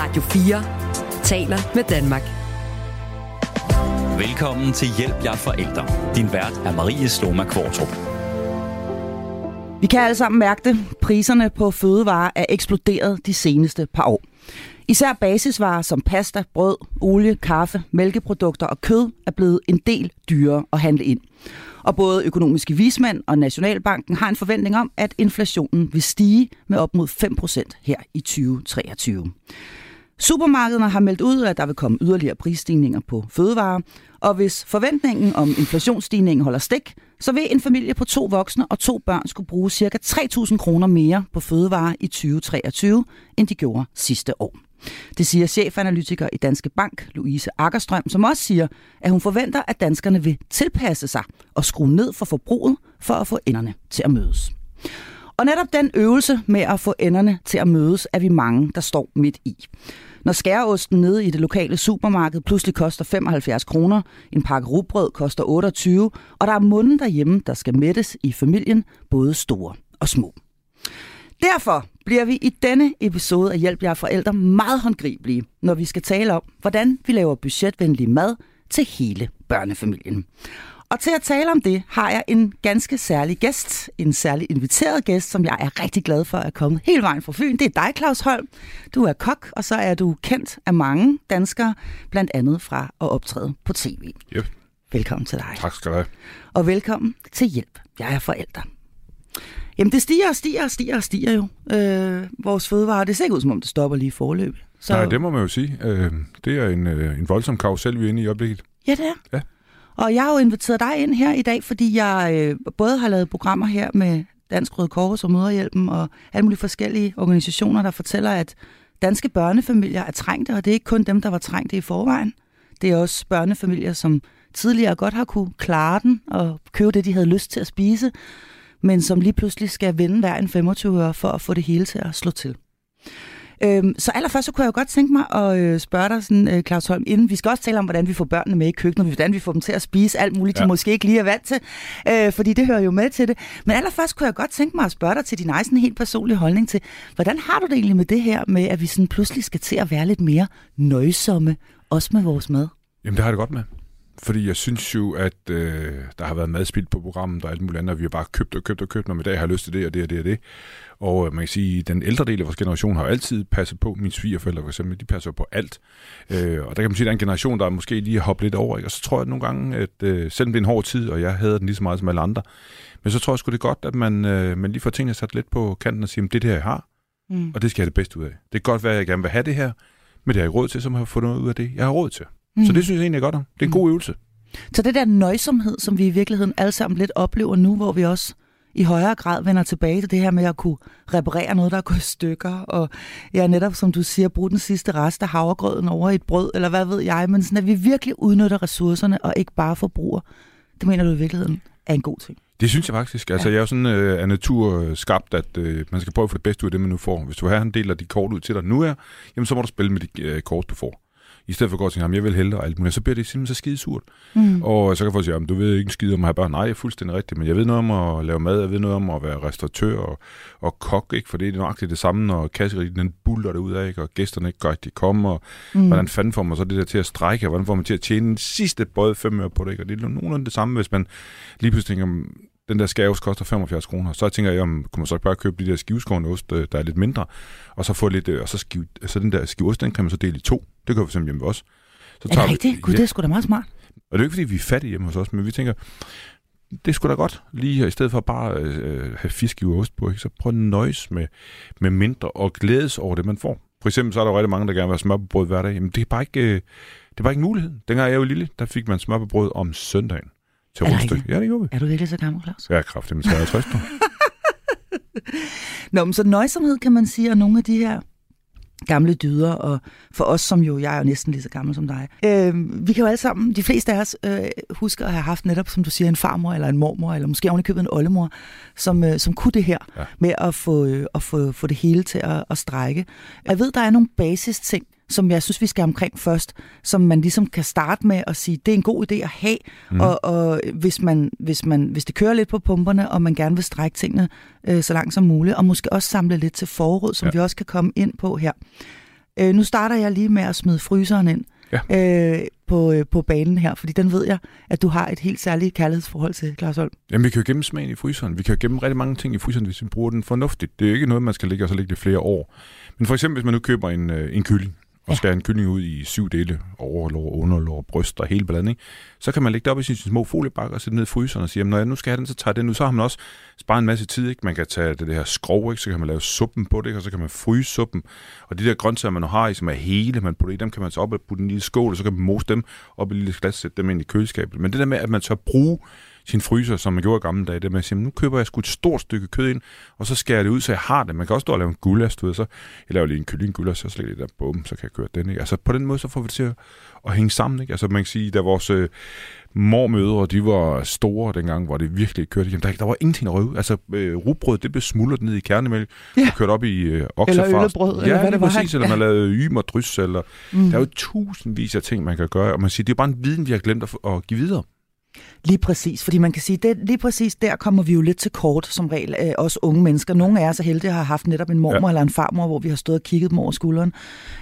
Radio 4 taler med Danmark. Velkommen til Hjælp jer forældre. Din vært er Marie Sloma Kvartrup. Vi kan alle sammen mærke det. Priserne på fødevarer er eksploderet de seneste par år. Især basisvarer som pasta, brød, olie, kaffe, mælkeprodukter og kød er blevet en del dyrere at handle ind. Og både økonomiske vismænd og Nationalbanken har en forventning om, at inflationen vil stige med op mod 5% her i 2023. Supermarkederne har meldt ud, at der vil komme yderligere prisstigninger på fødevarer, og hvis forventningen om inflationsstigningen holder stik, så vil en familie på 2 voksne og 2 børn skulle bruge ca. 3.000 kroner mere på fødevarer i 2023, end de gjorde sidste år. Det siger chefanalytiker i Danske Bank, Louise Aggerstrøm, som også siger, at hun forventer, at danskerne vil tilpasse sig og skrue ned for forbruget for at få enderne til at mødes. Og netop den øvelse med at få enderne til at mødes, er vi mange, der står midt i. Når skæreosten nede i det lokale supermarked pludselig koster 75 kroner, en pakke rugbrød koster 28, og der er munden derhjemme, der skal mættes i familien, både store og små. Derfor bliver vi i denne episode af Hjælp jer forældre meget håndgribelige, når vi skal tale om, hvordan vi laver budgetvenlig mad til hele børnefamilien. Og til at tale om det, har jeg en ganske særlig gæst, en særlig inviteret gæst, som jeg er rigtig glad for at komme hele vejen fra Fyn. Det er dig, Claus Holm. Du er kok, og så er du kendt af mange danskere, blandt andet fra at optræde på tv. Yep. Velkommen til dig. Tak skal du have. Og velkommen til Hjælp jeg er forældre. Jamen det stiger jo. Vores fødevarer, det ser ikke ud som om det stopper lige i forløbet. Så... Nej, det må man jo sige. Det er en voldsom karusel, vi er inde i øjeblikket. Ja, det er. Ja. Og jeg har jo inviteret dig ind her i dag, fordi jeg både har lavet programmer her med Dansk Røde Kors og Mødrehjælpen og alle mulige forskellige organisationer, der fortæller, at danske børnefamilier er trængte, og det er ikke kun dem, der var trængte i forvejen. Det er også børnefamilier, som tidligere godt har kunne klare den og købe det, de havde lyst til at spise, men som lige pludselig skal vende hver en 25 øre for at få det hele til at slå til. Så allerførst så kunne jeg jo godt tænke mig at spørge dig, sådan, Claus Holm, inden vi skal også tale om, hvordan vi får børnene med i køkkenet, hvordan vi får dem til at spise alt muligt, de måske ikke lige er vant til, fordi det hører jo med til det. Men allerførst kunne jeg godt tænke mig at spørge dig til din egen sådan helt personlige holdning til, hvordan har du det egentlig med det her med, at vi sådan pludselig skal til at være lidt mere nøjsomme, også med vores mad? Jamen det har jeg det godt med. Fordi jeg synes jo, at der har været madspild på programmet og alt muligt andet, og vi har bare købt, når vi i dag har lyst til det og det og det og det. Og man kan sige, at den ældre del af vores generation har jo altid passet på. Mine svigerforældre for eksempel, de passer på alt. Og der kan man sige, at der er en generation, der måske lige har hoppet lidt over. Ikke? Og så tror jeg nogle gange, at selvom det er en hård tid, og jeg hader den lige så meget som alle andre, men så tror jeg sgu det er godt, at man lige får tingene sat lidt på kanten og siger, at det er det her, jeg har, og det skal jeg have det bedste ud af. Det kan godt være, at jeg gerne vil have det her, men det har jeg råd til, så må jeg få noget ud af det, jeg har råd til. Så det synes jeg egentlig er godt om. Det er en god øvelse. Så det der nøjsomhed, som vi i virkeligheden alle sammen lidt oplever nu, hvor vi også i højere grad vender tilbage til det her med at kunne reparere noget, der er gået i stykker, og ja, netop som du siger, bruge den sidste rest af havregrøden over i et brød, eller hvad ved jeg, men sådan at vi virkelig udnytter ressourcerne og ikke bare forbruger. Det mener du i virkeligheden er en god ting. Det synes jeg faktisk. Altså, jeg er jo sådan af natur skabt, at man skal prøve at få det bedste ud af det, man nu får. Hvis du har en del af de kort ud til dig nu jamen så må du spille med de kort, du får. I stedet for at gå og tænke, jeg vil hellere og alt muligt, så bliver det simpelthen så skide surt. Og så kan folk sige, du ved ikke en skide om at have børn. Nej, jeg er fuldstændig rigtigt, men jeg ved noget om at lave mad, jeg ved noget om at være restauratør og kok, ikke? For det er nøjagtigt det samme, når kasserigten den buller derud af, ikke? Og gæsterne ikke godt, de kommer, og hvordan fanden får man så det der til at strække, og hvordan får man til at tjene den sidste brød 5 øre på det, ikke? Og det er nogenlunde det samme, hvis man lige pludselig tænker, den der skæreost koster 75 kroner. Så tænker jeg, kunne man så ikke bare købe de der skiveskårende ost, der er lidt mindre, og så få lidt, og så den der skiveost, den kan man så dele i 2. Det gør vi simpelthen hjemme også. Så er det rigtigt? Gud, det er sgu da meget smart. Og det er jo ikke, fordi vi er fattige hjemme hos os, men vi tænker, det er sgu da godt, lige i stedet for bare have 4 skiver ost på, ikke? Så prøv at nøjes med mindre og glædes over det, man får. For eksempel så er der jo rigtig mange, der gerne vil have smør på brød hver dag. Jamen det er bare ikke en mulighed. Dengang jeg var lille, der fik man smør på brød om søndagen. Ja, det gjorde vi. Er du virkelig så gammel, Claus? Jeg er kraftig med 53 nu. Nå, men så nøjsomhed kan man sige, og nogle af de her gamle dyder, og for os, som jo, jeg er jo næsten lige så gammel som dig. Vi kan jo alle sammen, de fleste af os, husker at have haft netop, som du siger, en farmor eller en mormor, eller måske ovenikøbet en oldemor, som kunne det her med at få det hele til at strække. Jeg ved, der er nogle basisting, som jeg synes, vi skal omkring først, som man ligesom kan starte med at sige, det er en god idé at have, og hvis det kører lidt på pumperne, og man gerne vil strække tingene så langt som muligt, og måske også samle lidt til forråd, som vi også kan komme ind på her. Nu starter jeg lige med at smide fryseren ind på banen her, fordi den ved jeg, at du har et helt særligt kærlighedsforhold til, Claus Holm. Jamen, vi kan jo gemme smagen i fryseren. Vi kan jo gemme rigtig mange ting i fryseren, hvis vi bruger den fornuftigt. Det er jo ikke noget, man skal ligge og så ligge det flere år. Men for eksempel, hvis man nu køber en kylling, og skærer en kylling ud i 7 dele, overlår, underlår, bryst og hele blanding, så kan man lægge det op i sine små foliebakker og sætte ned i fryseren og sige, når jeg nu skal have den, så tager den ud. Så har man også sparet en masse tid, ikke? Man kan tage det her skrov, ikke? Så kan man lave suppen på det, og så kan man fryse suppen. Og de der grøntsager, man har i, som er hele, man putter i, dem kan man så op og putte i en lille skål, og så kan man mose dem op i et lille glas, sætte dem ind i køleskabet. Men det der med, at man tør bruge sin fryser, som man gjorde i gamle dage, det med at sige, nu køber jeg sgu et stort stykke kød ind, og så skærer jeg det ud, så jeg har det. Man kan også stå og lave en gulas, du ved, så jeg laver lige en kylling-gulas, så slet det der, bum, så kan jeg køre den, ikke? Altså på den måde, så får vi det til at hænge sammen, ikke? Altså man kan sige, da vores mormødre, de var store dengang, hvor det virkelig kørte igennem. Der var ingenting at røve. Altså rugbrød, det blev smuldret ned i kærnemælk og kørt op i oksefars. Eller øllebrød, eller hvad det var. Præcis, eller man lavede ymerdrys, eller der er jo tusindvis af ting, man kan gøre, og man siger, det er bare en viden, vi har glemt at give videre. Lige præcis, fordi man kan sige, det lige præcis der kommer vi jo lidt til kort som regel, os unge mennesker. Nogle af os er heldige at have haft netop en mormor eller en farmor, hvor vi har stået og kigget dem over skulderen.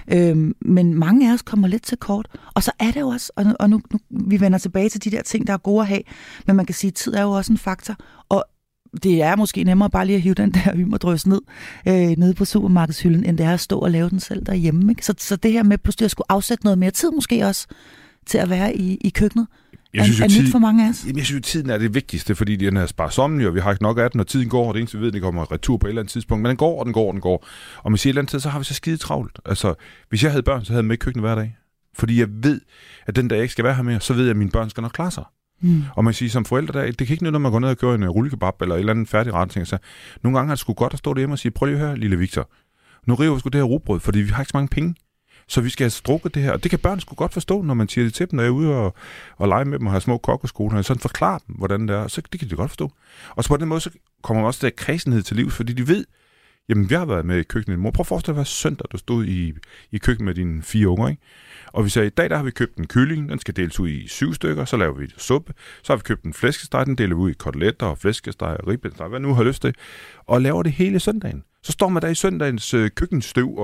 Men mange af os kommer lidt til kort. Og så er det jo også, og nu vi vender tilbage til de der ting, der er gode at have, men man kan sige, at tid er jo også en faktor. Og det er måske nemmere bare lige at hive den der ymerdrøs ned på supermarkedshylden, end det er at stå og lave den selv derhjemme. Ikke? Så det her med pludselig at skulle afsætte noget mere tid måske også til at være i køkkenet, er nyt for mange af os. Jamen, jeg synes, at tiden er det vigtigste, fordi den er sparsomlig, og vi har ikke nok af den, og tiden går, og det eneste vi ved, det kommer retur på et eller andet tidspunkt, men den går, og den går, og den går. Og man siger et eller andet tid, så har vi så skide travlt. Altså, hvis jeg havde børn, så havde jeg med i køkkenet hver dag. Fordi jeg ved, at den dag jeg ikke skal være her mere, så ved jeg, at mine børn skal nok klare sig. Og man siger som forældre, det kan ikke nytte, når man går ned og kører en rullekebab eller et eller andet færdigret ting. Så nogle gange er det sgu godt at stå derhjemme og sige, prøv lige at høre, lille Victor, nu river vi sgu det her rugbrød, fordi vi har ikke så mange penge. Så vi skal have strukket det her, og det kan børn sgu godt forstå, når man siger det til dem, når jeg er ude og lege med dem og har små kokkeskoler, og sådan forklare dem, hvordan det er, så det kan de godt forstå. Og så på den måde, så kommer man også der kredsenhed til livs, fordi de ved, jamen, jeg har været med i køkkenet. Mor, prøv at forestille dig, hvad søndag, du stod i køkkenet med dine 4 unger, ikke? Og vi sagde, i dag der har vi købt en kylling, den skal deles ud i 7 stykker, så laver vi suppe. Så har vi købt en flæskesteg, den deler vi ud i koteletter og flæskesteg og ribbesteg, hvad nu har lyst til, og laver det hele søndagen. Så står man der i søndagens køkkenstøv,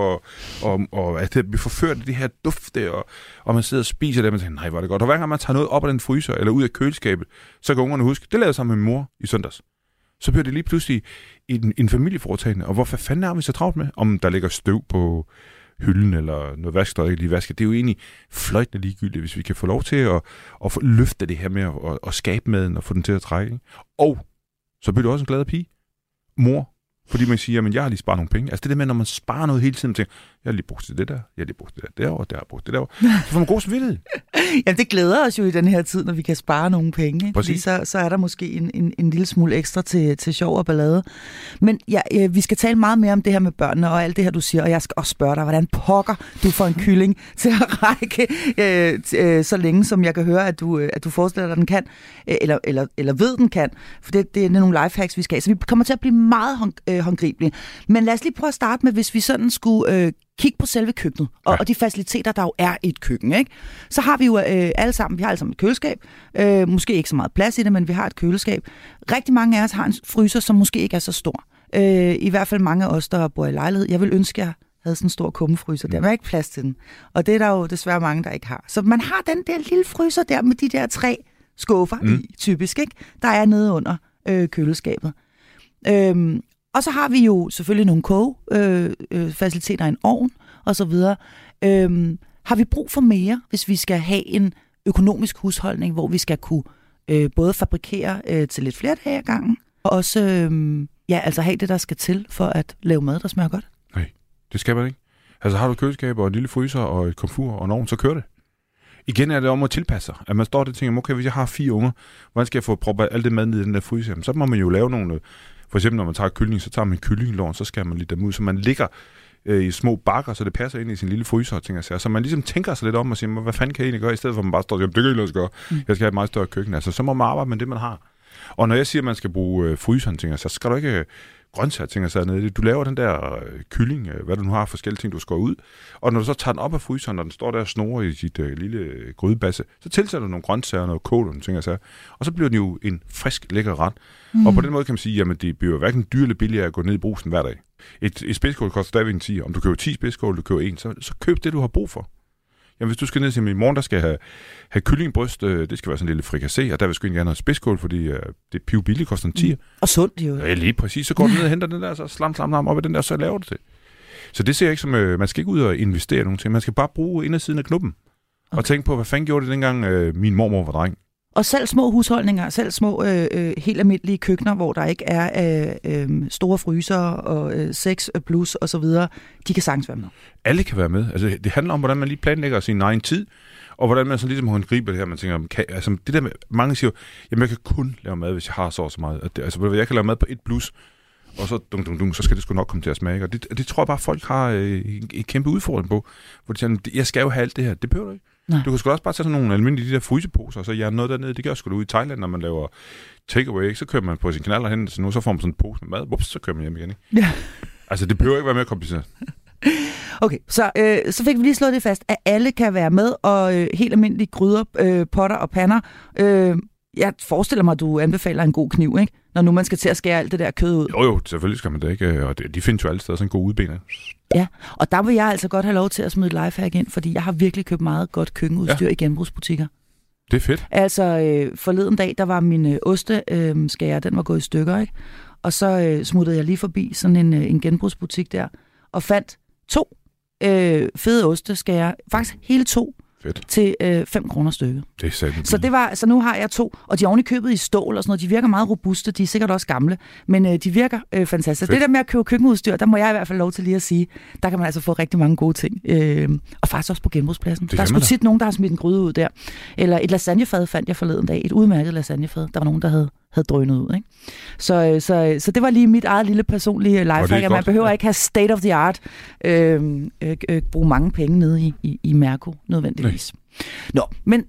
og at det bliver forført af det her duft der, og man sidder og spiser det, og man tænker, nej, hvor er det godt. Og hver gang man tager noget op af den fryser, eller ud af køleskabet, så kan ungerne huske, det lavede sammen med min mor i søndags. Så bliver det lige pludselig en familieforetagende. Og hvorfor fanden er vi så travlt med, om der ligger støv på hylden, eller noget vasketøj, ikke lige vasket. Det er jo egentlig fløjtende ligegyldigt, hvis vi kan få lov til at få løfte det her med at skabe maden, og få den til at trække. Ikke? Og så bliver du også en glad pige. Mor. Fordi man siger, jamen jeg har lige sparet nogle penge. Altså det der med, når man sparer noget hele tiden, man tænker, jeg har lige brugt det der, jeg har lige brugt det derovre, der har brugt det derovre. Så får man god samvittighed. Jamen det glæder os jo i den her tid, når vi kan spare nogle penge. Ikke? Fordi så er der måske en lille smule ekstra til sjov og ballade. Men vi skal tale meget mere om det her med børnene og alt det her, du siger. Og jeg skal også spørge dig, hvordan pokker du får en kylling til at række så længe, som jeg kan høre, at du forestiller dig, den kan. Eller ved, den kan. For det er nogle lifehacks, vi skal have. Så vi kommer til at blive meget håndgribelige. Men lad os lige prøve at starte med, hvis vi sådan skulle kigge på selve køkkenet, og de faciliteter, der jo er i et køkken, ikke? Så har vi jo alle sammen et køleskab. Måske ikke så meget plads i det, men vi har et køleskab. Rigtig mange af os har en fryser, som måske ikke er så stor. I hvert fald mange af os, der bor i lejlighed. Jeg vil ønske, at jeg havde sådan en stor kummefryser der, men ikke plads til den. Og det er der jo desværre mange, der ikke har. Så man har den der lille fryser der med de der 3 skuffer i, typisk, ikke? Der er nede under køleskabet. Og så har vi jo selvfølgelig nogle kogefaciliteter, en ovn og så videre. Har vi brug for mere, hvis vi skal have en økonomisk husholdning, hvor vi skal kunne både fabrikere til lidt flere dage ad gangen, og også altså have det, der skal til for at lave mad, der smager godt? Nej, det skal man ikke. Altså har du køleskab og en lille fryser og et komfur og en ovn, så kører det. Igen er det om at tilpasse sig. At man står der og tænker, okay, hvis jeg har 4 unger, hvordan skal jeg få proppet alt det mad ned i den der fryser? Så må man jo lave nogle. For eksempel, når man tager kylling, så tager man kyllinglån, så skærer man lidt dem ud, så man ligger i små bakker, så det passer ind i sin lille fryser og ting. Så man ligesom tænker sig lidt om og siger, hvad fanden kan jeg egentlig gøre, i stedet for at man bare står og siger, det kan jeg ikke gøre. Jeg skal have et meget større køkken. Altså, så må man arbejde med det, man har. Og når jeg siger, at man skal bruge fryseren, tænker, så skal du ikke grøntsager, ting og sager nede i det. Du laver den der kylling, hvad du nu har, forskellige ting, du skår ud. Og når du så tager den op af fryseren, når den står der og snorer i sit lille grydebasse, så tilsætter du nogle grøntsager, noget kål og nogle ting og sager. Og så bliver den jo en frisk, lækker ret. Og på den måde kan man sige, jamen det bliver hverken dyrt eller billigere at gå ned i brugsen hver dag. Et spidskål koster stadigvæk en 10. Om du køber 10 spidskål, du køber 1, så køb det, du har brug for. Jamen, hvis du skal ned til i morgen, der skal have kyllingbryst, det skal være sådan en lille frikassé, og der vil sgu ikke gerne have spidskål, fordi det er billigt, koster en 10. Og sundt jo. Ja, lige præcis. Så går du ned og henter den der, så slam op i den der, så laver du det. Så det ser jeg ikke som, man skal ikke ud og investere nogen ting. Man skal bare bruge indersiden af knuppen. Okay. Og tænke på, hvad fanden gjorde det dengang min mormor var dreng. Og selv små husholdninger, selv små helt almindelige køkkener, hvor der ikke er store fryser og 6 plus og så videre, de kan sagtens være med. Alle kan være med. Altså, det handler om, hvordan man lige planlægger sin egen tid, og hvordan man så ligesom håndgriber det her. Man tænker, altså, det der med, mange siger, jamen jeg kan kun lave mad, hvis jeg har så meget. Altså, jeg kan lave mad på 1 plus, og så så skal det sgu nok komme til at smage. Og det tror jeg bare, folk har en kæmpe udfordring på. Hvor de siger, jeg skal jo have alt det her. Det behøver du ikke. Nej. Du kan sgu også bare tage sådan nogle almindelige de der fryseposer, og så jern noget dernede. Det gør sgu da ude i Thailand, når man laver takeaway. Så kører man på sin kanaler hen, så får man sådan en pose med mad. Ups, så kører man hjem igen. Ikke? Ja. Altså, det behøver ikke være mere kompliceret. Okay, så fik vi lige slået det fast, at alle kan være med, og helt almindelige gryder, potter og pander. Jeg forestiller mig, at du anbefaler en god kniv, ikke? Når nu man skal til at skære alt det der kød ud. Jo, selvfølgelig skal man det ikke. Og de findes jo alle steder, sådan en god udben. Ja, og der vil jeg altså godt have lov til at smide et lifehack ind, fordi jeg har virkelig købt meget godt køkkenudstyr i genbrugsbutikker. Det er fedt. Altså, forleden dag, der var min osteskærer, den var gået i stykker, ikke? Og så smuttede jeg lige forbi sådan en genbrugsbutik der, og fandt 2 fede osteskærer, faktisk hele 2, fedt. Til 5 kroner stykket. Det er sandt. Så nu har jeg 2, og de er oven i købet i stål og sådan noget. De virker meget robuste, de er sikkert også gamle, men de virker fantastisk. Fedt. Det der med at købe køkkenudstyr, der må jeg i hvert fald lov til lige at sige, der kan man altså få rigtig mange gode ting. Og faktisk også på genbrugspladsen. Der er sgu tit nogen, der har smidt en gryde ud der. Eller et lasagnefad fandt jeg forleden dag. Et udmærket lasagnefad. Der var nogen, der havde drønet ud. Ikke? Så det var lige mit eget lille personlige lifehack, at man behøver ikke have state of the art bruge mange penge nede i Mærko nødvendigvis. Nå, men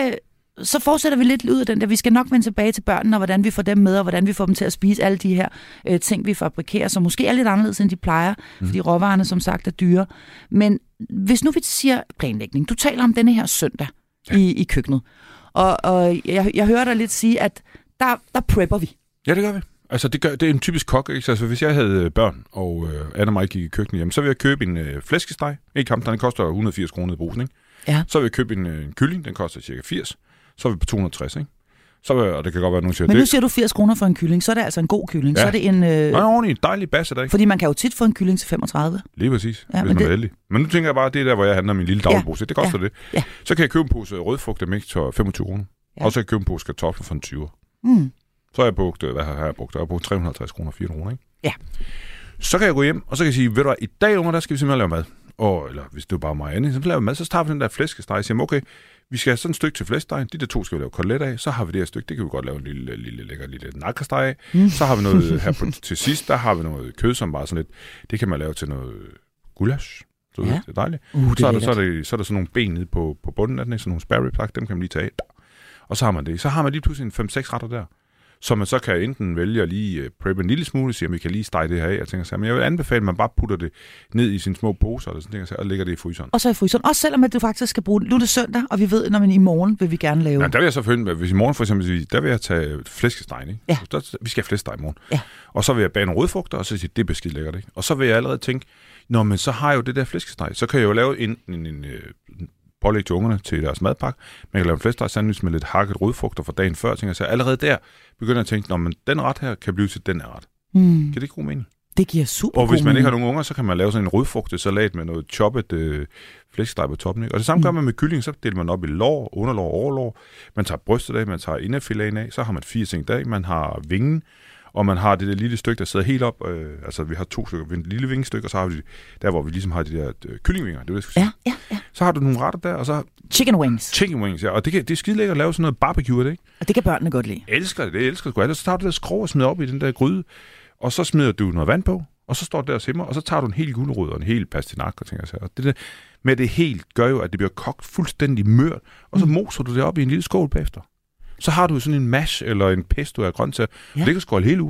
så fortsætter vi lidt ud af den der. Vi skal nok vende tilbage til børnene, og hvordan vi får dem med, og hvordan vi får dem til at spise alle de her ting, vi fabrikerer, som måske er lidt anderledes, end de plejer, fordi råvarerne som sagt er dyre. Men hvis nu vi siger planlægning, du taler om denne her søndag i køkkenet, og jeg hører dig lidt sige, at der prepper vi. Ja, det gør vi. Altså, det er en typisk kok, ikke? Altså, hvis jeg havde børn, og Anna og mig gik i køkkenet, jamen, så ville jeg købe en flæskesteg. Ikke kamp, den koster 180 kroner i brusen, ikke? Ja. Så vil jeg købe en kylling, den koster cirka 80. Så er vi på 260, ikke? Og det kan godt være, nogen siger... Men nu siger du 80 kroner for en kylling, så er det altså en god kylling. Ja. Så er det en... ordentlig, dejlig basse der, ikke? Fordi man kan jo tit få en kylling til 35. Lige præcis, hvis man er heldig. Men nu tænker jeg bare, det er der, hvor jeg handler min lille dagligbrug. Det koster det. Ja. Så kan jeg købe en pose rødfrugt, der for 25 kroner. Ja. Og så kan jeg købe en pose kartofler for en 20. Så har jeg brugt, hvad har jeg brugt? Jeg har brugt 350 kroner, 4 kroner, ikke? Ja. Så kan jeg gå hjem, og så kan jeg sige, ved du hvad, i dag, unger, der skal vi simpelthen lave mad. Eller hvis det er bare mig andet, så laver vi mad, så tager vi den der flæskesteg og siger, okay, vi skal have sådan et stykke til flæskesteg, de der 2 skal vi lave kotelet af, så har vi det her stykke, det kan vi godt lave en lille lækker nakkesteg af. Så har vi noget her til sidst, der har vi noget kød, som bare sådan lidt, det kan man lave til noget gulasch. Så det er dejligt. Så er der sådan nogle ben nede på bunden af den, sådan nogle spare ribs, dem kan man lige tage af. Og så har man det. Så har man lige pludselig en 5-6 retter der, så man så kan enten vælge at lige preppe en lille smule, sige, at vi kan lige stege det her af. Jeg tænker, men jeg vil anbefale, at man bare putter det ned i sine små poser, og lægger det i fryseren. Og så i fryseren. Også selvom at du faktisk skal bruge det. Nu er det søndag, og vi ved, når man i morgen vil vi gerne lave... Ja, der vil jeg så følge, hvis i morgen for eksempel, der vil jeg tage flæskesteg, ikke? Ja. Vi skal have flæskesteg i morgen. Ja. Og så vil jeg bage nogle rødfrugter, og så sige, det er beskidt lækkert, ikke? Og så vil jeg allerede tænke, men så har jeg jo det der flæskesteg. Så kan jeg jo lave en pålæg til ungerne til deres madpakke. Man kan lave en flæskesteg sandwich med lidt hakket rødfrugter fra dagen før. Så allerede der begynder jeg at tænke, men den ret her kan blive til den her ret. Kan det ikke god mening? Det giver super. Og hvis man ikke har nogen unger, så kan man lave sådan en rødfrugtesalat med noget choppet flæskesteg på toppen. Ikke? Og det samme gør man med kylling, så deler man op i lår, underlår og overlår. Man tager brystet af, man tager inderfilaten af, så har man 4 ting der. Man har vingen, og man har det der lille stykke, der sidder helt op. Altså, vi har 2 stykker, en lille vingestykke, og så har vi der, hvor vi ligesom har de der kyllingvinger. Det vil jeg sige. Ja. Så har du nogle retter der, og så... Chicken wings, ja. Og det er skide lækkert at lave sådan noget barbecue af det, ikke? Og det kan børnene godt lide. Elsker det sgu. Og så tager du det skrå og smider op i den der gryde, og så smider du noget vand på, og så står det der og simmer, og så tager du en hel gulerod og en hel pastinak og ting og sager. Det der med det helt gør jo, at det bliver kogt fuldstændig mørt, og så moser du det op i en lille skål bagefter. Så har du sådan en mash eller en pesto af grøntsager. Ja. Det kan skåle hele ugen, ikke?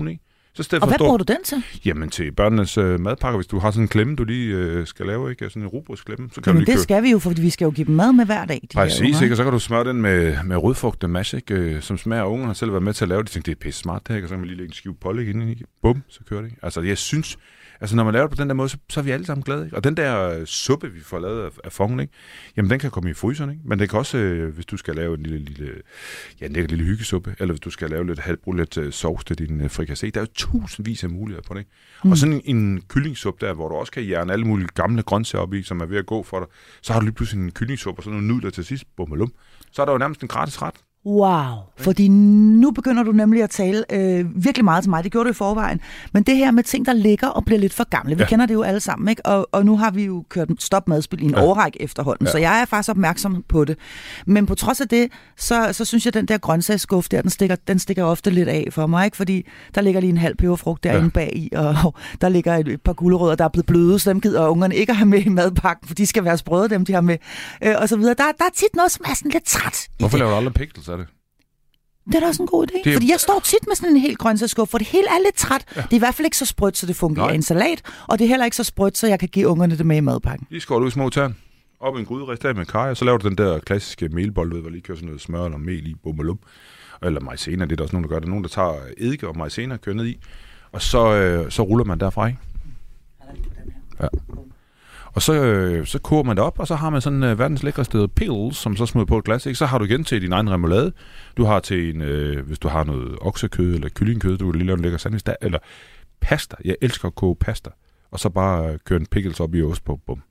Og hvad bruger du den til? Jamen til børnenes madpakker, hvis du har sådan en klemme, du lige skal lave, ikke? Sådan en rugbrødsklemme, så kan du lige det skal vi jo, fordi vi skal jo give dem mad med hver dag. Præcis, ikke? Og så kan du smøre den med rødfrugt mash, ikke? Som smager. Ungerne har selv været med til at lave det. Jeg tænkte, det er pisse smart, det her. Og så kan man lige lægge en skive pålæg ind i. Bum, så kører det, ikke? Altså, jeg synes, når man laver det på den der måde, så er vi alle sammen glade, ikke? Og den der suppe, vi får lavet af fongen, ikke? Jamen, den kan komme i fryseren, ikke? Men det kan også, hvis du skal lave en lille hyggesuppe, eller hvis du skal lave lidt sovs til din frikassé. Der er jo tusindvis af muligheder på det, ikke? Og sådan en kyllingsuppe der, hvor du også kan jerne alle mulige gamle grøntsager op i, som er ved at gå for dig. Så har du lige pludselig en kyllingsuppe og sådan nogle nudler til sidst. Bummelum. Så er der jo nærmest en gratis ret. Wow, fordi nu begynder du nemlig at tale virkelig meget til mig. Det gjorde du i forvejen. Men det her med ting, der ligger og bliver lidt for gamle, vi kender det jo alle sammen, ikke? Og nu har vi jo kørt stop madspil i en årrække efterhånden, så jeg er faktisk opmærksom på det. Men på trods af det, så synes jeg, at den der grøntsagsskuff der, den stikker ofte lidt af for mig, ikke? Fordi der ligger lige en halv peberfrugt derinde bag i, og der ligger et par gulerødder, der er blevet bløde, så dem gider ungerne ikke at have med i madpakken, for de skal være sprøde, dem de har med, og så videre. Der er tit noget, som er sådan lidt træt. Hvorfor laver du aldrig pickles af det? Det er da også en god idé, fordi jeg står tit med sådan en helt grøntsagsskuffe, for det hele er lidt træt. Ja. Det er i hvert fald ikke så sprødt, så det fungerer i en salat, og det er heller ikke så sprødt, så jeg kan give ungerne det med i madpakken. Lige skåret ud i små tern, op i en gryde, rist af med kaj, og så laver du den der klassiske melbold, hvor lige kører sådan noget smør eller mel i, bummelum, eller maizena, det er der også nogen, der gør det. Nogen, der tager eddike og maizena og kører ned i, og så ruller man derfra, ikke? Ja. Og så koger man det op, og så har man sådan verdens lækreste pickles, som så smider på et glas, ikke? Så har du igen til din egen remoulade. Du har til en, hvis du har noget oksekød eller kyllingkød, du vil lige lave en lækker sandwich der, eller pasta. Jeg elsker at koge pasta. Og så bare køre en pickles op i ost på, bum.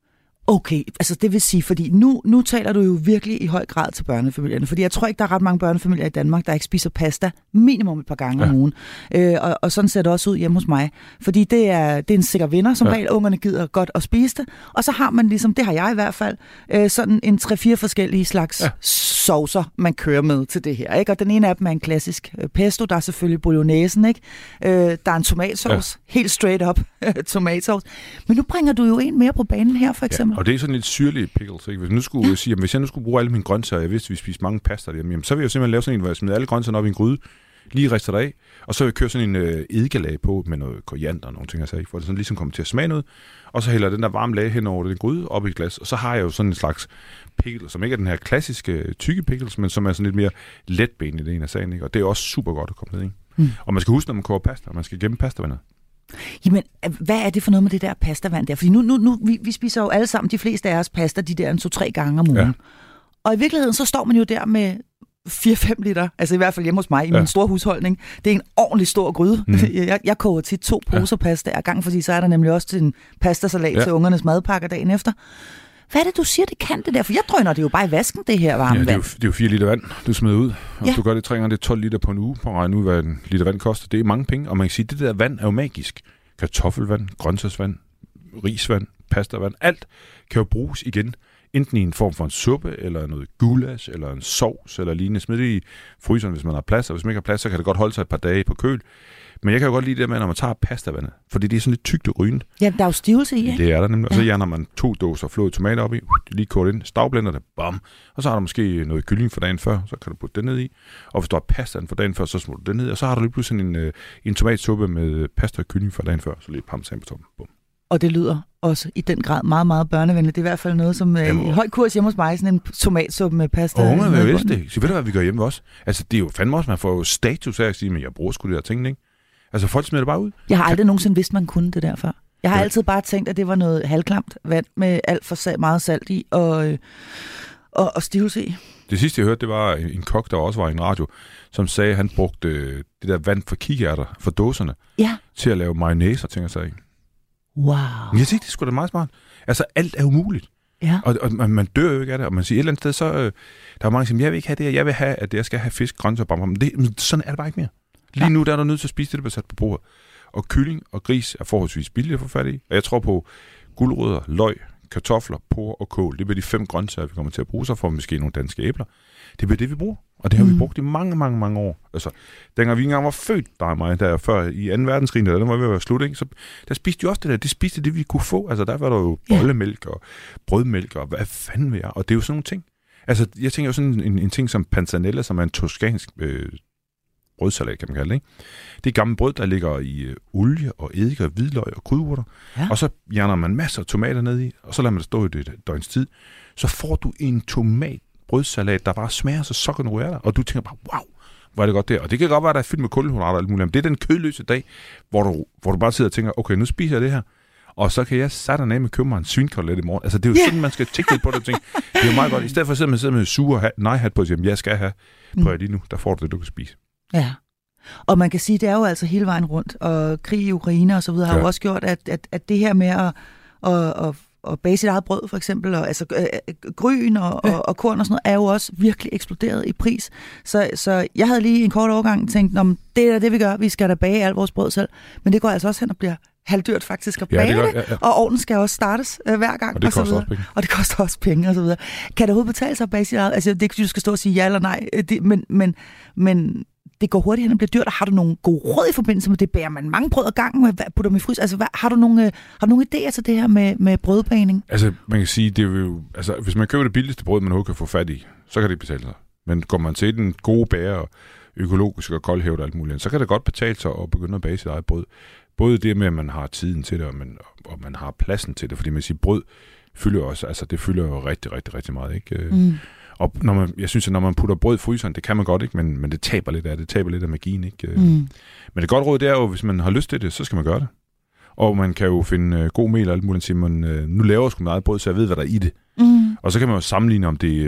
Okay, altså det vil sige, fordi nu taler du jo virkelig i høj grad til børnefamilierne, fordi jeg tror ikke, der er ret mange børnefamilier i Danmark, der ikke spiser pasta minimum et par gange om ugen. Og sådan ser det også ud hjemme hos mig, fordi det er en sikker vinder, som regel ungerne gider godt at spise det, og så har man ligesom, det har jeg i hvert fald, sådan en 3-4 forskellige slags saucer, man kører med til det her, ikke? Og den ene af dem er en klassisk pesto, der er selvfølgelig bolognesen, ikke? Der er en tomatsauce, helt straight up tomatsauce, men nu bringer du jo en mere på banen her, for eksempel. Og det er sådan lidt syrlige pickles, ikke? Hvis jeg nu skulle bruge alle mine grøntsager, jeg vidste, at vi spiser mange pasta derhjemme, så vil jeg simpelthen lave sådan en, hvor jeg smider alle grøntsagerne op i en gryde, lige rister det af, og så vil jeg køre sådan en eddikelag på med noget koriander og nogle ting, altså, for det sådan ligesom kommer til at smage noget, og så hælder den der varme lag hen over den gryde op i et glas, og så har jeg jo sådan en slags pickle, som ikke er den her klassiske tykke pickles, men som er sådan lidt mere letbenet i det ene af sagen, ikke? Og det er også super godt at komme ned i. Og man skal huske, når man koger pasta, man skal gemme pastavandet. Jamen, hvad er det for noget med det der pastavand der? Fordi nu vi spiser jo alle sammen, de fleste af os pasta, de der 2-3 gange om ugen. Ja. Og i virkeligheden, så står man jo der med 4-5 liter, altså i hvert fald hjemme hos mig, i min store husholdning. Det er en ordentlig stor gryde. Jeg koger tit 2 poser pasta ad gang, fordi så er der nemlig også til en pastasalat til ungernes madpakker dagen efter. Hvad er det, du siger, det kan det der? For jeg drøner det jo bare i vasken, det her varme vand. Det er jo 4 liter vand, du smider ud. Og hvis du gør det 3 gange, det er 12 liter på en uge. På regne ud, hvad en liter vand koster. Det er mange penge, og man kan sige, at det der vand er jo magisk. Kartoffelvand, grøntsagsvand, risvand, pastavand, alt kan jo bruges igen. Enten i en form for en suppe, eller noget gulasch, eller en sovs, eller lignende. Smid det i fryseren, hvis man har plads, og hvis man ikke har plads, så kan det godt holde sig et par dage på køl. Men jeg kan jo godt lide det med, når man tager pastavandet, fordi det er sådan lidt tykt og rynet. Ja, der er jo stivelse i, ikke? Det er der nemlig. Og så hjerner man 2 dåser flåede tomater op i, lige kort ind, stavblender det, bam. Og så har du måske noget kylling for dagen før, så kan du putte det ned i. Og hvis du har pastaen for dagen før, så smutter du det ned i. Og så har du lige pludselig en tomatsuppe med pasta og kylling for dagen før, så lidt parmesan på toppen. Bum. Og det lyder også i den grad meget, meget børnevenligt. Det er i hvert fald noget, som i høj kurs hjemme hos mig, sådan en tomatsuppe med pasta. Og ungerne vil jo elske det. Så ved du, hvad vi gør hjemme også? Altså, det er jo fandme også, man får jo status af at sige, men jeg bruger sgu det der ting, ikke? Altså, folk smider det bare ud. Jeg har aldrig nogensinde vidst, man kunne det der før. Jeg har altid bare tænkt, at det var noget halvklamt vand med alt for meget salt i og stivelse i. Det sidste, jeg hørte, det var en kok, der også var i en radio, som sagde, at han brugte det der vand fra kikærter, fra dåserne, til at lave mayonnaise og ting og sager. Wow. Jeg synes, det er sgu da meget smart. Altså, alt er umuligt. Ja. Og man dør jo ikke af det, og man siger et eller andet sted, så der er mange, der siger, jeg vil ikke have det, jeg vil have, at jeg skal have fisk, grøntsager og bam. Sådan er det bare ikke mere. Lige nu der er du nødt til at spise det, der bliver sat på bordet. Og kylling og gris er forholdsvis billigt at få fat i. Og jeg tror på gulerødder, løg, kartofler, porre og kål. Det bliver de 5 grøntsager, vi kommer til at bruge, så får vi måske nogle danske æbler. Det bliver det, vi bruger. Og det har vi brugt i mange, mange, mange år. Altså, dengang vi engang var født, der og mig, der før i 2. verdenskrig, der var ved at være slut, ikke? Så der spiste jo også det der. Det spiste det, vi kunne få. Altså, der var der jo bollemælk og brødmælk og hvad fanden vil jeg? Og det er jo sådan nogle ting. Altså, jeg tænker jo sådan en ting som panzanella, som er en toskansk brødsalat, kan man kalde det, ikke? Det er gammelt brød, der ligger i olie og eddike og hvidløg og krydderurter. Ja. Og så hjerner man masser af tomater ned i, og så lader man det stå i et døgns tid. Så får du en tomatbrødsalat, der bare smager så sokken du er der, og du tænker bare, wow, hvor er det godt der. Og det kan godt være, at der er fyldt med kulhydrater og alt muligt, men det er den kødløse dag, hvor du bare sidder og tænker, okay, nu spiser jeg det her, og så kan jeg sætte den af med at købe mig en svinkotelet i morgen. Altså, det er jo sådan, man skal tænke lidt på det ting. Det er jo meget godt. I stedet for at sidde med sure nej-hat på, at jeg skal have på lige nu, der får du det, du kan spise. Ja. Og man kan sige, det er jo altså hele vejen rundt, og krig i Ukraine og så videre har jo også gjort, at det her med at bage sit eget brød, for eksempel, og altså gryn og korn og sådan noget, er jo også virkelig eksploderet i pris. Så jeg havde lige en kort overgang tænkt, det er det, vi gør, vi skal da bage alt vores brød selv. Men det går altså også hen og bliver halvdyrt faktisk at bage det, og ovnen skal også startes hver gang. Og det koster også penge. Og det koster også penge og så videre. Kan det overhovedet betale sig at bage sit eget? Altså, det er ikke, du skal stå og sige ja eller nej, men det går hurtigt hen og bliver dyrt, og har du nogle gode råd i forbindelse med det? Bager man mange brød ad gangen? Putter dem i frys? Altså, har du nogle idéer til det her med brødbagning? Altså, man kan sige, det er jo, altså, hvis man køber det billigste brød, man overhovedet kan få fat i, så kan det ikke betale sig. Men går man til den gode bager, økologisk og koldhævet og alt muligt, så kan det godt betale sig at begynde at bage sit eget brød. Både det med, at man har tiden til det, og man har pladsen til det, fordi man siger, brød fylder også, altså det fylder jo rigtig, rigtig, rigtig meget, ikke? Og jeg synes, at når man putter brød i fryseren, det kan man godt, ikke, men det taber lidt af det. Det taber lidt af magien, ikke? Men det godt råd, det er jo, hvis man har lyst til det, så skal man gøre det. Og man kan jo finde god mel og alt muligt, og nu laver jeg sgu meget brød, så jeg ved, hvad der er i det. Og så kan man jo sammenligne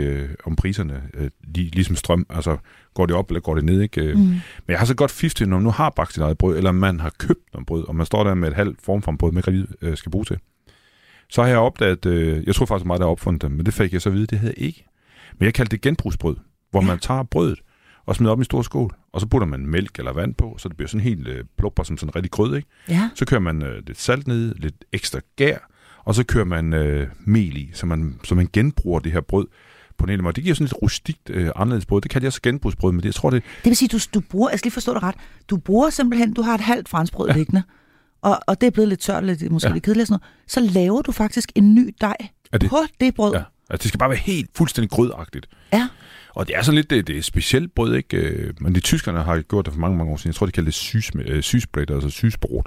om priserne, ligesom strøm, altså går det op eller går det ned, ikke? Men jeg har så godt 50, når man nu har bagt sit eget brød, eller man har købt noget brød, og man står der med et halvt formbrød, man ikke skal bruge til. Så har jeg opdaget, jeg tror faktisk meget, der har opfundet dem, men det fik jeg så at vide, det havde jeg ikke. Men jeg kaldte det genbrugsbrød, hvor man tager brødet og smider op i en stor skål, og så putter man mælk eller vand på, så det bliver sådan helt plupper som sådan en rigtig grød, ikke? Ja. Så kører man lidt salt ned, lidt ekstra gær, og så kører man mel i, så man genbruger det her brød på en hel måde. Det giver sådan et rustikt anderledes brød. Det kalder jeg så genbrugsbrød, men jeg tror det... Det vil sige, du bruger, jeg skal lige forstå det ret, du bruger simpelthen, du har et halvt franskbrød liggende, og det er blevet lidt tørt, måske lidt kedeligt sådan noget, så laver du faktisk en ny dej på det brød. Ja. Altså, det skal bare være helt fuldstændig grødagtigt. Ja. Og det er sådan lidt det specielt brød, ikke? Men de tyskerne har gjort det for mange, mange år siden. Jeg tror, de kalder det sysbredt, altså sysbrot.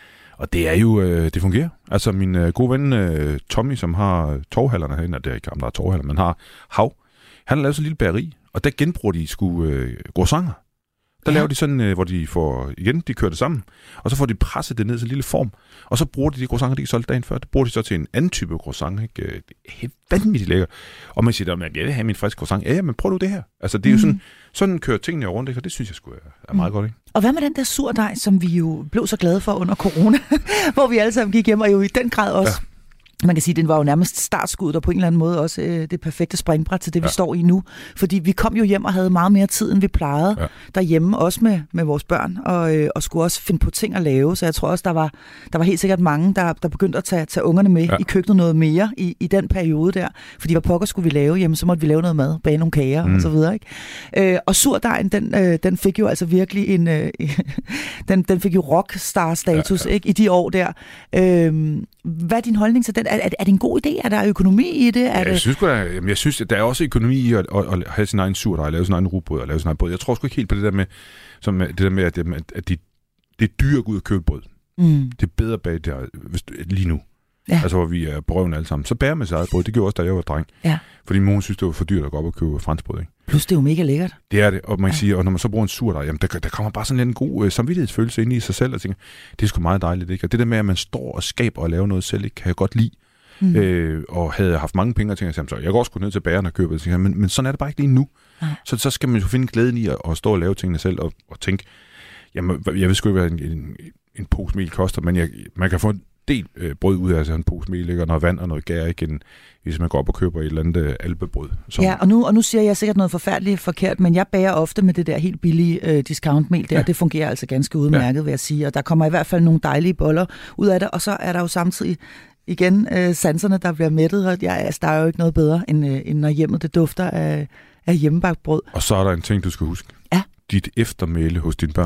Og det er jo, det fungerer. Altså, min gode ven Tommy, som har torvhallerne herinde, det er ikke ham, der har torvhaller, men har hav. Han har lavet sådan en lille bageri, og der genbruger de sgu croissanter. Der laver de sådan, hvor de får, igen, de kører det sammen, og så får de presset det ned til en lille form, og så bruger de croissanter, de ikke solgte dagen før, det bruger de så til en anden type croissant, ikke? Det er helt vanvittigt lækkert. Og man siger, at jeg vil have min friske croissant. Ja, men prøv du det her. Altså, det er jo sådan kører tingene rundt, ikke? Og det synes jeg sgu er meget godt, ikke? Og hvad med den der surdej, som vi jo blev så glade for under corona, hvor vi alle sammen gik hjem, og jo i den grad også... Ja. Man kan sige, at den var jo nærmest startskuddet, og på en eller anden måde også det perfekte springbræt til det, vi står i nu. Fordi vi kom jo hjem og havde meget mere tid, end vi plejede derhjemme, også med vores børn, og skulle også finde på ting at lave. Så jeg tror også, der var helt sikkert mange, der begyndte at tage ungerne med i køkkenet noget mere i den periode der. Fordi hvad pokker skulle vi lave hjemme, så måtte vi lave noget mad, bage nogle kager og så videre, ikke? Og surdejen, den fik jo altså virkelig den fik jo rockstar-status, ikke, i de år der. Hvad er din holdning til den? Er det en god idé? Er der økonomi i det? Jeg synes, at der er også økonomi i at have sin egen surdej, lave sin egen rugbrød og lave sin egen brød. Jeg tror sgu ikke helt på det der med, at det er dyrt at gå ud og købe brød. Det er bedre bag det lige nu. Ja. Altså, hvor vi er på røven alle sammen. Så bærer man sig eget brød. Det gjorde også, da jeg var dreng. Ja. Fordi mor synes, det var for dyrt at gå op og købe franskbrød, ikke? Plus, det er jo mega lækkert. Det er det, og man kan sige, og når man så bruger en surdej, jamen der kommer bare sådan en god samvittighedsfølelse ind i sig selv, og tænker, det er sgu meget dejligt, ikke? Og det der med, at man står og skaber og laver noget selv, ikke, kan jeg godt lide. Og havde haft mange penge, og tænkte, så jeg går også gå ned til bageren og købe det, men sådan er det bare ikke lige nu. Så skal man jo finde glæden i at stå og lave tingene selv, og tænke, jamen, jeg ved sgu ikke, hvad en pose mel koster, men man kan få en del brød ud af altså en pose mel, ikke? Og noget vand og noget gær, ikke? Hvis man går op og køber et eller andet alpebrød. Ja, og nu siger jeg sikkert noget forfærdeligt forkert, men jeg bager ofte med det der helt billige discountmel der. Ja. Det fungerer altså ganske udmærket, vil jeg sige. Og der kommer i hvert fald nogle dejlige boller ud af det, og så er der jo samtidig igen sanserne, der bliver mættet, og der er jo ikke noget bedre, end når hjemmet det dufter af hjemmebagt brød. Og så er der en ting, du skal huske. Ja. Dit eftermæle hos dine børn.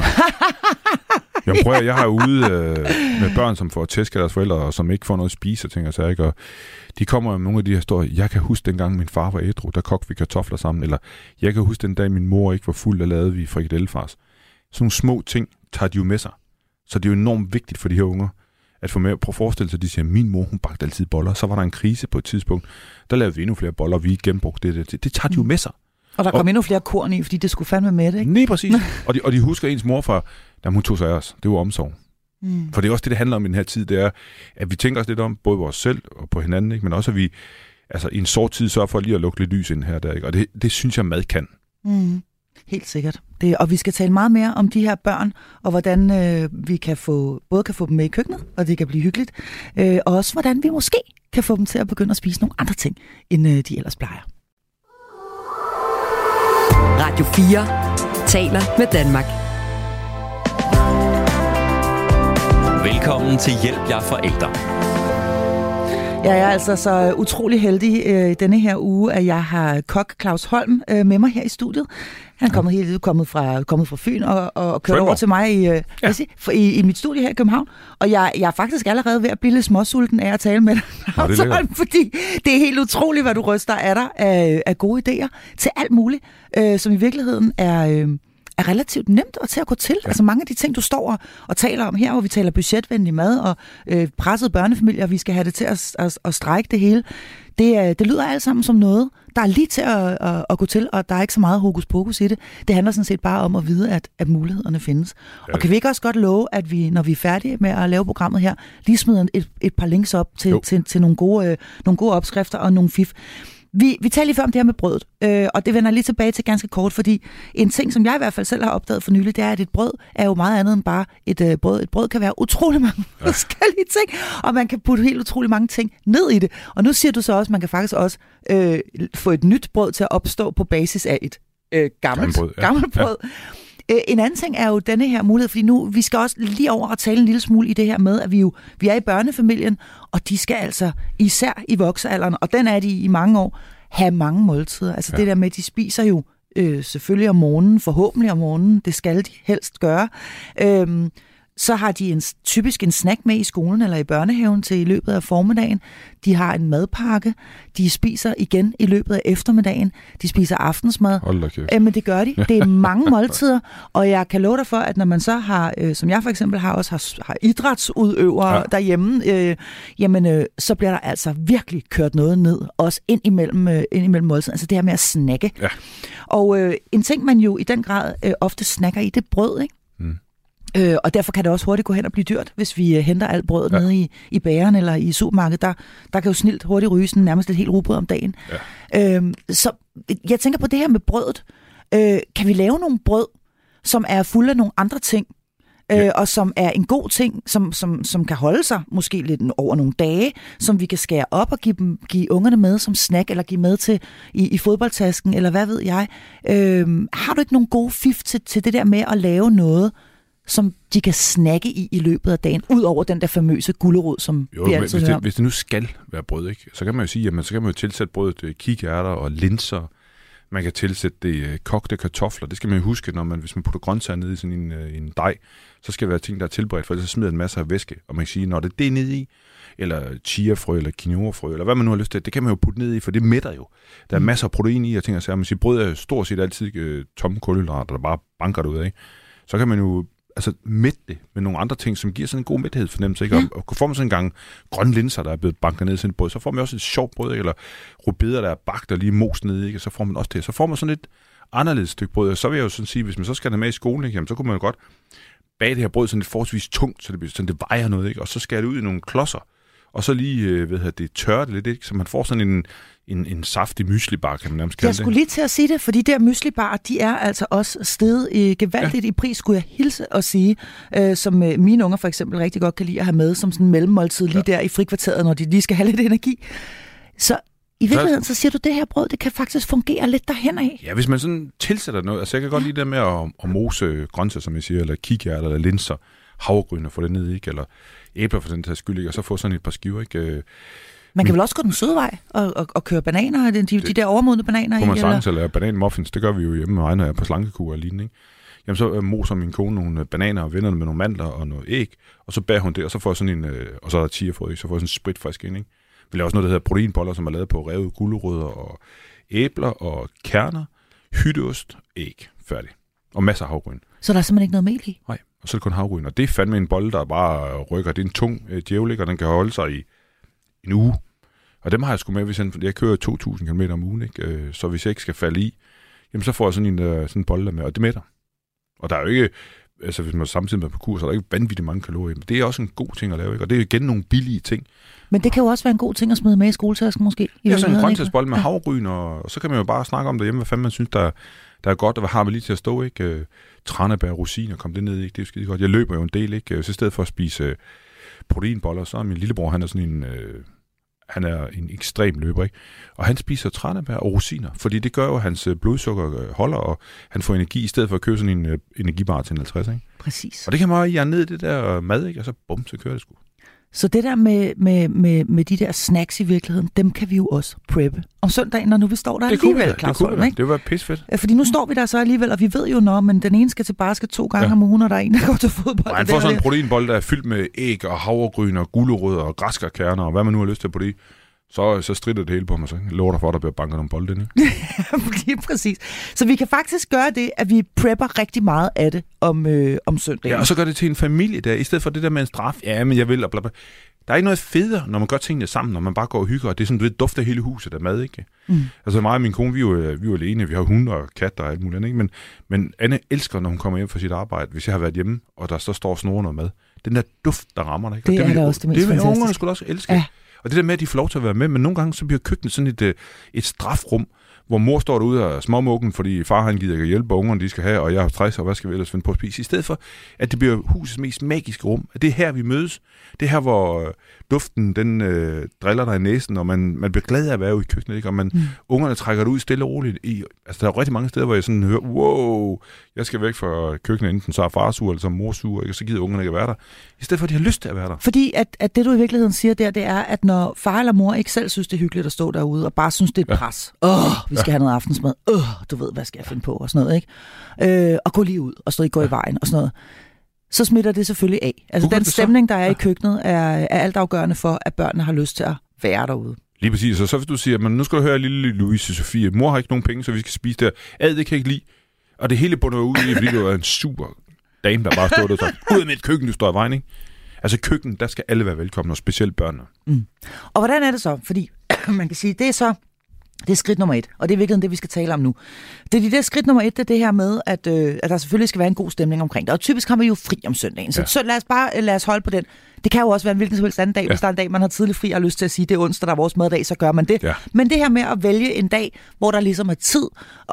Jeg har ude med børn, som får tæsk af deres forældre, og som ikke får noget at spise, tænker jeg, ikke? Og de kommer med nogle af de her historier. Jeg kan huske dengang min far var ædru, der kogte vi kartofler sammen, eller jeg kan huske den dag min mor ikke var fuld, der lavede vi frikadellefars. nogle små ting tager de jo med sig. Så det er jo enormt vigtigt for de her unger, at få med. Prøv at forestille sig, at de siger, min mor, hun bagte altid boller. Så var der en krise på et tidspunkt. Der lavede vi endnu flere boller, og vi genbrugte det. Det tager de jo med sig. Og der kom endnu flere korn i, fordi det skulle fandme med det, ikke? Nej, præcis. og de husker ens mor fra, da hun tog sig af os. Det var omsorg. For det er også det handler om i den her tid, det er, at vi tænker os lidt om, både vores selv og på hinanden, ikke? Men også at vi i en sort tid sørger for lige at lukke lidt lys ind her der, ikke? Og det synes jeg, mad kan. Helt sikkert. Og vi skal tale meget mere om de her børn, og hvordan vi kan få dem med i køkkenet, og det kan blive hyggeligt, og også hvordan vi måske kan få dem til at begynde at spise nogle andre ting, end de ellers plejer. Radio 4 taler med Danmark. Velkommen til Hjælp jer forældre. Jeg er altså så utrolig heldig i denne her uge, at jeg har kok Claus Holm med mig her i studiet. Han er kommet fra Fyn og kørt over til mig i mit studie her i København. Og jeg er faktisk allerede ved at blive lidt småsulten af at tale med dig, Claus Holm, fordi det er helt utroligt, hvad du ryster af dig af gode idéer til alt muligt, som i virkeligheden er relativt nemt at til at gå til. Ja. Altså mange af de ting, du står og taler om her, hvor vi taler budgetvenlig mad og pressede børnefamilier, vi skal have det til at strække det hele. Det lyder alt sammen som noget, der er lige til at gå til, og der er ikke så meget hokus pokus i det. Det handler sådan set bare om at vide, at mulighederne findes. Ja. Og kan vi ikke også godt love, at vi, når vi er færdige med at lave programmet her, lige smider et par links op til nogle gode opskrifter og nogle fif. Vi taler lige før om det her med brødet, og det vender lige tilbage til ganske kort, fordi en ting, som jeg i hvert fald selv har opdaget for nylig, det er, at et brød er jo meget andet end bare et brød. Et brød kan være utrolig mange forskellige ting, og man kan putte helt utrolig mange ting ned i det. Og nu siger du så også, at man kan faktisk også få et nyt brød til at opstå på basis af et gammelt brød. Ja. En anden ting er jo denne her mulighed, fordi nu vi skal også lige over og tale en lille smule i det her med, at vi er i børnefamilien, og de skal altså, især i voksealderen, og den er de i mange år, have mange måltider. Altså det der med, at de spiser jo selvfølgelig om morgenen, forhåbentlig om morgenen, det skal de helst gøre. Så har de typisk en snack med i skolen eller i børnehaven til i løbet af formiddagen. De har en madpakke. De spiser igen i løbet af eftermiddagen. De spiser aftensmad. Men det gør de. Det er mange måltider. Og jeg kan love dig for, at når man så har, som jeg for eksempel har idrætsudøvere derhjemme, så bliver der altså virkelig kørt noget ned. Også ind imellem måltiden. Altså det her med at snakke. Ja. Og en ting, man jo i den grad ofte snakker i, det er brød, ikke? Og derfor kan det også hurtigt gå hen og blive dyrt, hvis vi henter alt brødet nede i bageren eller i supermarkedet. Der kan jo snilt hurtigt ryge sådan nærmest et helt rugbrød om dagen. Ja. Så jeg tænker på det her med brødet. Kan vi lave nogle brød, som er fulde af nogle andre ting, og som er en god ting, som kan holde sig måske lidt over nogle dage, som vi kan skære op og give ungerne med som snack, eller give med til i fodboldtasken, eller hvad ved jeg. Har du ikke nogle gode fif til det der med at lave noget, som de kan snakke i løbet af dagen, ud over den der famøse gulerod, som vi altid hører om? Hvis det nu skal være brød, ikke, så kan man jo sige, at så kan man jo tilsætte brødet kikærter og linser. Man kan tilsætte det kogte kartofler. Det skal man jo huske, hvis man putter grøntsager ned i sådan en dej, så skal det være ting, der er tilberedt, for ellers så smider en masse af væske. Og man kan sige, når det er det ned i, eller chiafrø, eller quinoa-frø, eller hvad man nu har lyst til, det kan man jo putte ned i, for det mætter jo. Der er masser af protein i, og ting, man siger, brød er stort set altid tomme kulhydrater, der bare banker det ud af. Så kan man jo mætte det med nogle andre ting, som giver sådan en god mæthedsfornemmelse, ikke? Og får man sådan en gang grønne linser, der er blevet banket ned i sådan et brød, så får man også et sjovt brød, eller rødbeder, der er bagt og lige mos ned, ikke? Og så får man også det. Så får man sådan et anderledes stykke brød, og så vil jeg jo sådan sige, hvis man så skal have med i skolen, ikke? Jamen, så kunne man jo godt bage det her brød sådan lidt forholdsvis tungt, så det bliver sådan, det vejer noget, ikke? Og så skære det ud i nogle klodser, og så lige, tørre det lidt, ikke? Så man får sådan en saftig myslibar, kan man nærmest kalde det. Jeg skulle lige til at sige det, fordi der myslibar, de er altså også steget gevaldigt i pris, skulle jeg hilse og sige, som mine unger for eksempel rigtig godt kan lide at have med, som sådan en mellemmåltid lige der i frikvarteret, når de lige skal have lidt energi. Så i virkeligheden, så siger du, det her brød, det kan faktisk fungere lidt derhen af. Ja, hvis man sådan tilsætter noget, altså jeg kan godt lide det med at mose grøntsager, som jeg siger, eller kikærter, eller linser, havregryn og få det ned, ikke? Eller æbler for den her skyld, ikke? Og så få sådan et par skiver, ikke? Man kan vel også gå den søde vej og køre bananer, de der overmodne bananer i? Kunne man sagtens lave bananmuffins, det gør vi jo hjemme med egen, når jeg er på slankekur og lignende, ikke? Jamen så moser min kone nogle bananer og vender dem med nogle mandler og noget æg, og så bager hun det, og så får jeg sådan en, og så er der chiafrø, så får jeg sådan en spritfrisk ind, ikke? Vi laver også noget, der hedder proteinboller, som er lavet på revet gulerødder og æbler og kerner, hytteost, æg, færdig. Og masser af havregryn. Så der er simpelthen ikke noget mel i? Nej, og så er det kun havregryn. Og det er fandme en bolle, der bare rykker. Det er en tung djævel, og den kan holde sig i en uge. Og dem har jeg sgu med, hvis jeg kører 2.000 km om ugen, ikke? Så hvis jeg ikke skal falde i, jamen så får jeg sådan en bolle der med, og det mætter. Og der er jo ikke, altså hvis man samtidig er på kurs, så er der ikke vanvittigt mange kalorier. Men det er også en god ting at lave, ikke? Og det er igen nogle billige ting. Men det kan jo også være en god ting at smide med i skoletasken måske. Ja, sådan en grøntsagsbolle med havregryn, og så kan man jo bare snakke om derhjemme, hvad fanden man synes, der er godt, og hvad har vi lige til at stå, ikke? Tranebær, rosiner, kom det ned, ikke? Det er jo skide godt. Jeg løber jo en del, ikke? Så i stedet for at spise proteinboller, så er min lillebror, han er en ekstrem løber, ikke? Og han spiser tranebær og rosiner, fordi det gør jo, at hans blodsukker holder, og han får energi, i stedet for at købe sådan en energibar til 50, ikke? Præcis. Og det kan man jo ned i det der mad, ikke? Og så bum, så kører det sgu. Så det der med de der snacks i virkeligheden, dem kan vi jo også preppe om søndagen, når nu vi står der alligevel, Claus Holm, ikke? Det vil være pisfedt. Ja, fordi nu står vi der så alligevel, og vi ved jo, men den ene skal til basket 2 gange om ugen, og der er en, der går til fodbold. Og han får sådan en proteinbold, der er fyldt med æg og havregryn og gulerødder og græskarkerner, og hvad man nu har lyst til på det. Så strider det hele på mig, så lover der for, at der bliver banket nogle bolde ind, ikke? Lige præcis. Så vi kan faktisk gøre det, at vi prepper rigtig meget af det om søndagen. Ja, og så gør det til en familie der, i stedet for det der med en straf. Ja, men jeg vil, og bla bla. Der er ikke noget federe, når man gør tingene sammen, når man bare går og hygger, og det er sådan, du ved, dufter hele huset af mad, ikke? Altså mig og min kone, vi er jo alene, vi har hunde og katter og alt muligt, ikke? Men Anne elsker, når hun kommer hjem fra sit arbejde, hvis jeg har været hjemme, og der så står snorer noget mad. Den der duft, der rammer dig, ikke? Det er da også det mest fantastiske. Det vil ungerne sgu da også elske. Ja. Og det der med, at de får lov til at være med, men nogle gange så bliver køkkenet sådan et strafrum, hvor mor står derude og småmukken, fordi far han gider ikke hjælpe, og ungerne de skal have, og jeg har stress, og hvad skal vi ellers finde på at spise? I stedet for, at det bliver husets mest magiske rum. At det er her, vi mødes. Det er her, hvor duften, den driller dig i næsen, og man bliver glad af at være ude i køkkenet, ikke? Og ungerne trækker det ud stille og roligt. Altså, der er rigtig mange steder, hvor jeg sådan hører, wow, jeg skal væk fra køkkenet, enten så er far sur, eller så er mor sur, ikke? Og så gider ungerne ikke at være der. I stedet for, at de har lyst til at være der. Fordi at det, du i virkeligheden siger der, det er, at når far eller mor ikke selv synes, det er hyggeligt at stå derude, og bare synes, det er et pres. Vi skal have noget aftensmad. Du ved, hvad skal jeg finde på, og sådan noget, ikke? Og gå lige ud, og så gå i vejen, og sådan noget. Så smitter det selvfølgelig af. Altså den stemning, der er i køkkenet, er altafgørende for, at børnene har lyst til at være derude. Lige præcis. Og så hvis du siger, men nu skal du høre lille Louise Sofie, mor har ikke nogen penge, så vi skal spise der. Alt det kan jeg ikke lide. Og det hele bunder ud i, fordi du er en super dame, der bare står der og siger, ud med et køkken, du står i vejen, ikke? Altså køkken, der skal alle være velkomne, og specielt børnene. Og hvordan er det så? Fordi man kan sige, det er skridt nummer 1, og det er virkelig det, vi skal tale om nu. Det er skridt nummer 1, det er det her med, at der selvfølgelig skal være en god stemning omkring det. Og typisk har man jo fri om søndagen, så lad os holde på den. Det kan jo også være en hvilken som helst anden dag, hvis der er en dag, man har tidlig fri og har lyst til at sige, det er onsdag, der er vores maddag, så gør man det. Ja. Men det her med at vælge en dag, hvor der ligesom er tid,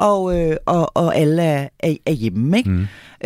og alle er hjemme, ikke?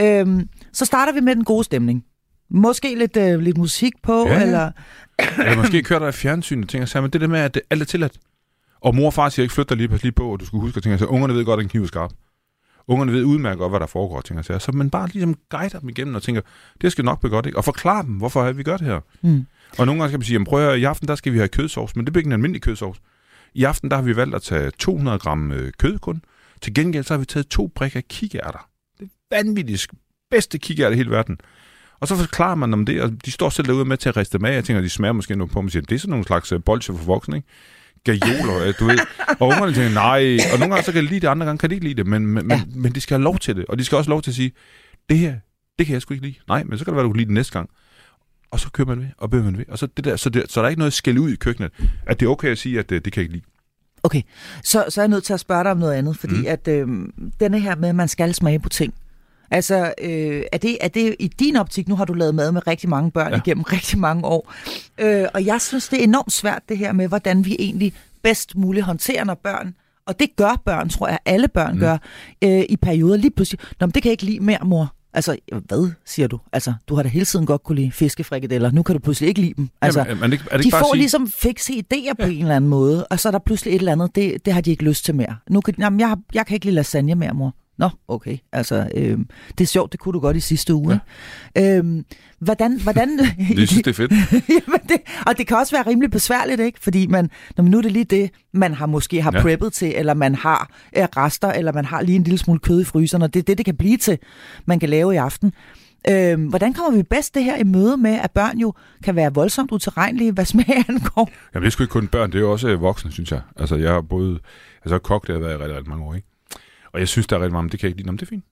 Så starter vi med den gode stemning. Måske lidt musik på, eller måske kører der fjernsyn og ting, men det der med, at alt er tilladt. Og mor og far siger ikke, flyt dig lige på, og du skulle huske at tænke, så ungerne ved godt, at en kniv er skarp. Ungerne ved udmærket godt, hvad der foregår, tænker. Så man bare ligesom guider dem igennem og tænker, det skal nok blive godt, ikke? Og forklare dem, hvorfor vi gør det her. Og nogle gange skal man sige, prøv at i aften, der skal vi have kødsovs, men det bliver ikke en almindelig kødsovs. I aften, der har vi valgt at tage 200 gram kød kun. Til gengæld, så har vi taget 2 brikker kikærter. Det er vanvittigt bedste kikærter i hele verden. Og så forklarer man om det, og de står selv derude med til at riste med. Jeg tænker, de smager måske noget på mig, siger, det er sådan nogle slags bolsje for voksne, ikke? Gajoler, du ved. Og ungerne tænker, nej. Og nogle gange så kan de lide det, andre gange kan de ikke lide det. Men de skal have lov til det. Og de skal også have lov til at sige, det her, det kan jeg sgu ikke lide. Nej, men så kan det være, du kan lide det næste gang. Og så kører man ved, og bøger man ved. Og så, så der er ikke noget skæld ud i køkkenet, at det er okay at sige, at det kan jeg ikke lide. Okay, så er jeg nødt til at spørge dig om noget andet, fordi at denne her med, at man skal smage på ting. Altså, er det i din optik, nu har du lavet mad med rigtig mange børn igennem rigtig mange år, og jeg synes, det er enormt svært det her med, hvordan vi egentlig bedst muligt håndterer, når børn, og det gør børn, tror jeg, alle børn gør, i perioder lige pludselig. Nå, men det kan jeg ikke lide mere, mor. Altså, hvad siger du? Altså, du har da hele tiden godt kunne lide fiskefrikadeller. Nu kan du pludselig ikke lide dem. Altså, er det de får ligesom fikse idéer på en eller anden måde, og så er der pludselig et eller andet, det har de ikke lyst til mere. Jeg kan ikke lide lasagne mere, mor. Nå, okay. Altså, det er sjovt, det kunne du godt i sidste uge. Ja. Hvordan? Det synes det er fedt. Jamen og det kan også være rimelig besværligt, ikke? Fordi nu er det lige det, man måske har preppet til, eller man har rester, eller man har lige en lille smule kød i fryseren, og det er det kan blive til, man kan lave i aften. Hvordan kommer vi bedst det her i møde med, at børn jo kan være voldsomt utilregnelige, hvad smag angår? Jamen, det er sgu ikke kun børn, det er jo også voksne, synes jeg. Altså, jeg har kok, det har været i rigtig, rigtig mange år, ikke? Og jeg synes, der er rigtig meget, men det kan jeg ikke lide. Nå, det er fint.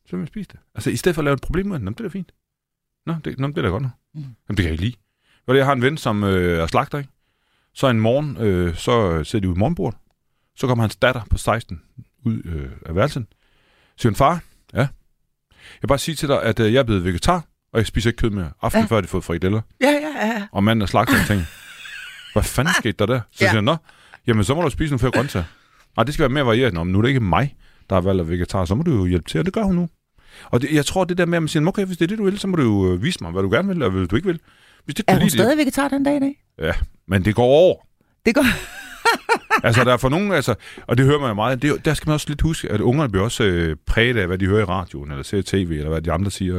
Så vil jeg spise det. Altså, i stedet for at lave et problem med det er da fint. Det er da godt nu. Jamen, det kan jeg ikke lide. Jeg har en ven, som er slagter, ikke? Så en morgen, så sidder de ude i morgenbordet. Så kommer hans datter på 16 ud af værelsen. Siger hun, far, ja. Jeg vil bare sige til dig, at jeg er blevet vegetar, og jeg spiser ikke kød mere. Aften før har de fået frikadeller. Ja. Og manden er slagter og tænker, hvad fanden skete der? Så siger han, nå, jamen så må du spise nogle flere grøntsager. Nej, det skal være mere varieret. Nå, men nu er det ikke mig, der har valgt at vegetar, så må du jo hjælpe til, og det gør hun nu. Og jeg tror, det der med, at man siger, okay, hvis det er det, du vil, så må du jo vise mig, hvad du gerne vil, og hvad du ikke vil. Hvis det, er hun stadig vegetar den dag i dag? Ja, men det går over. Det går... Altså, der er for nogen, og det hører man jo meget, der skal man også lidt huske, at ungerne bliver også præget af, hvad de hører i radioen, eller ser i tv, eller hvad de andre siger.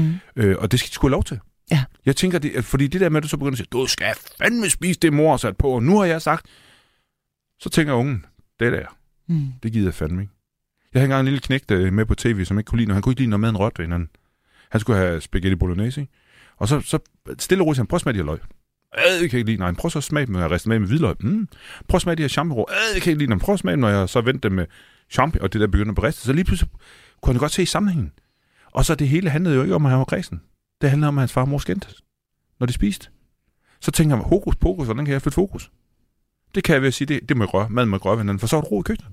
Og det skal de sgu have lov til. Ja. Jeg tænker, fordi det der med, at du så begynder at sige, du skal fandme spise det, mor har sat på, og nu har jeg sagt, så tænker ungen, det der, det gider jeg fandme ikke. Jeg havde engang en lille knægt med på tv, som ikke kunne lide, og han kunne ikke lide noget maden rødt ved hinanden. Han skulle have spaghetti bolognese, ikke? Og så stille og roligt, han prøv at smage de her løg. Jeg kan ikke lide, nej, prøv så at smage dem, når jeg rister med hvidløg. Prøv at smage de her champignon. Jeg kan ikke lide dem, prøv at smage dem, når jeg så vendte dem med champignon, og det der begynder at beriste. Så lige pludselig kunne han godt se sammenhængen. Og så det hele handlede jo ikke om, at han var kredsen. Det handlede om, at hans far og mor skændtes, når de spiste. Så tænker han, hokus pokus, hvordan kan jeg flytte fokus? Det kan jeg ved at sige, det må jeg røre, maden må jeg røre ved hinanden, for så er det ro i køkkenet.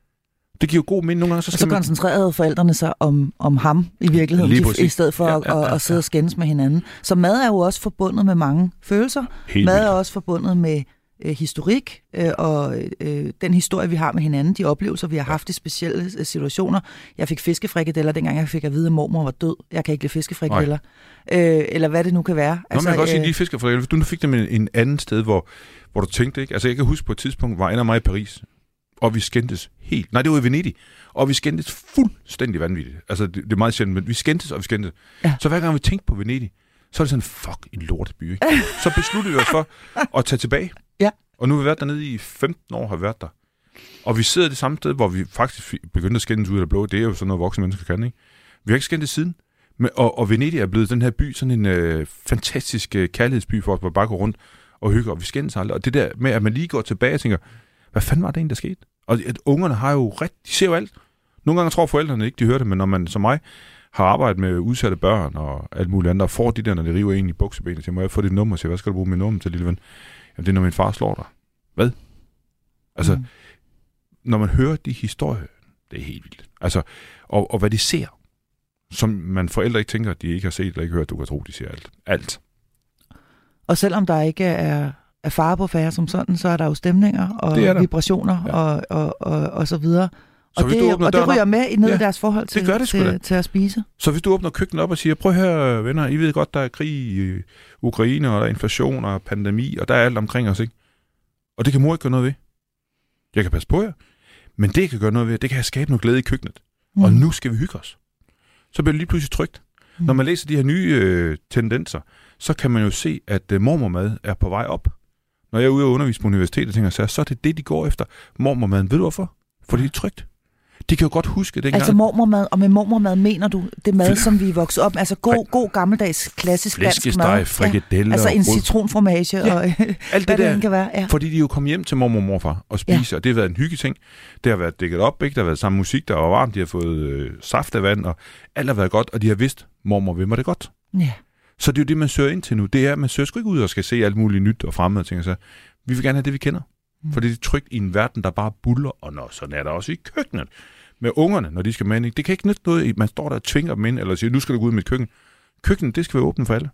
Det giver jo god mening nogle gange. Så koncentrerede forældrene sig om ham i virkeligheden, i stedet for at sidde og skændes med hinanden. Så mad er jo også forbundet med mange følelser. Mad er også forbundet med historik, og den historie, vi har med hinanden, de oplevelser, vi har haft i specielle situationer. Jeg fik fiskefrikadeller, dengang jeg fik at vide, at mormor var død. Jeg kan ikke lide fiskefrikadeller. Eller hvad det nu kan være. Nå, man kan godt sige, de fiskefrikadeller. Hvis du nu fik dem en anden sted, hvor du tænkte, ikke? Altså, jeg kan huske på et tidspunkt, var en af mig i Paris, og vi skændtes helt. Nej, det var i Venedig. Og vi skændtes fuldstændig vanvittigt. Altså, det er meget sjældent, men vi skændtes. Ja. Så hver gang vi tænkte på Venedig, så er det sådan, fuck, en lorteby, ikke? Så besluttede vi os for at tage tilbage. Ja. Og nu har vi været dernede i 15 år, har vi været der. Og vi sidder det samme sted, hvor vi faktisk begyndte at skændes ud af det blå. Det er jo sådan noget, voksne mennesker kan, ikke? Vi har ikke skændtes siden. Og Venedig er blevet den her by, sådan en fantastisk kærlighedsby for os, hvor vi bare går rundt og hygger, og vi skændes aldrig. Og det der med, at man lige går tilbage og tænker, hvad fanden var det egentlig, der skete? Og at ungerne har jo de ser jo alt. Nogle gange tror forældrene ikke, de hører det, men når man som mig har arbejdet med udsatte børn og alt muligt andet, og får de der, når de river en i buksebenet, siger, må jeg få dit nummer? Siger, hvad skal du bruge mit nummer til, lille ven? Jamen, det er, når min far slår dig. Hvad? Altså, når man hører de historier, det er helt vildt. Altså, og hvad de ser, som man forældre ikke tænker, at de ikke har set eller ikke hørt, du kan tro, de ser alt. Alt. Og selvom der ikke er fare på færre som sådan, så er der jo stemninger og vibrationer og så videre. Og det ryger med ned i deres forhold til at spise. Så hvis du åbner køkkenet op og siger, prøv her venner, I ved godt, der er krig i Ukraine, og der er inflation og pandemi, og der er alt omkring os, ikke? Og det kan mor ikke gøre noget ved. Jeg kan passe på jer, men det kan gøre noget ved, det kan skabe noget glæde i køkkenet. Og nu skal vi hygge os. Så bliver det lige pludselig trygt. Når man læser de her nye tendenser, så kan man jo se, at mormormad er på vej op. Når jeg er ude og undervise på universitetet, tænker jeg, så er det de går efter. Mormormaden, ved du hvorfor? Fordi det er trygt. De kan jo godt huske dengang. Altså mormormad, og med mormormad mener du det mad, som vi er vokset op med? Altså god gammeldags, klassisk dansk mad? Frikadeller. Altså en citronformage og alt det der. Kan være. Ja. Fordi de jo kom hjem til mormor og morfar og spise, og det har været en hyggeting. Det har været dækket op, ikke? Der har været samme musik, der var varmt. De har fået saft af vand, og alt har været godt, og de har vidst, mormor vil mig det godt. Ja. Så det er jo det, man søger ind til nu. Det er, at man søger sgu ikke ud og skal se alt muligt nyt og fremmed og tænker sig, vi vil gerne have det, vi kender. For det er trygt i en verden, der bare buller, og sådan er der også i køkkenet. Med ungerne, når de skal med, det kan ikke nytte noget, man står der og tvinger dem ind, eller siger, nu skal du gå ud med et køkken. Køkkenet, det skal være åbent for alle.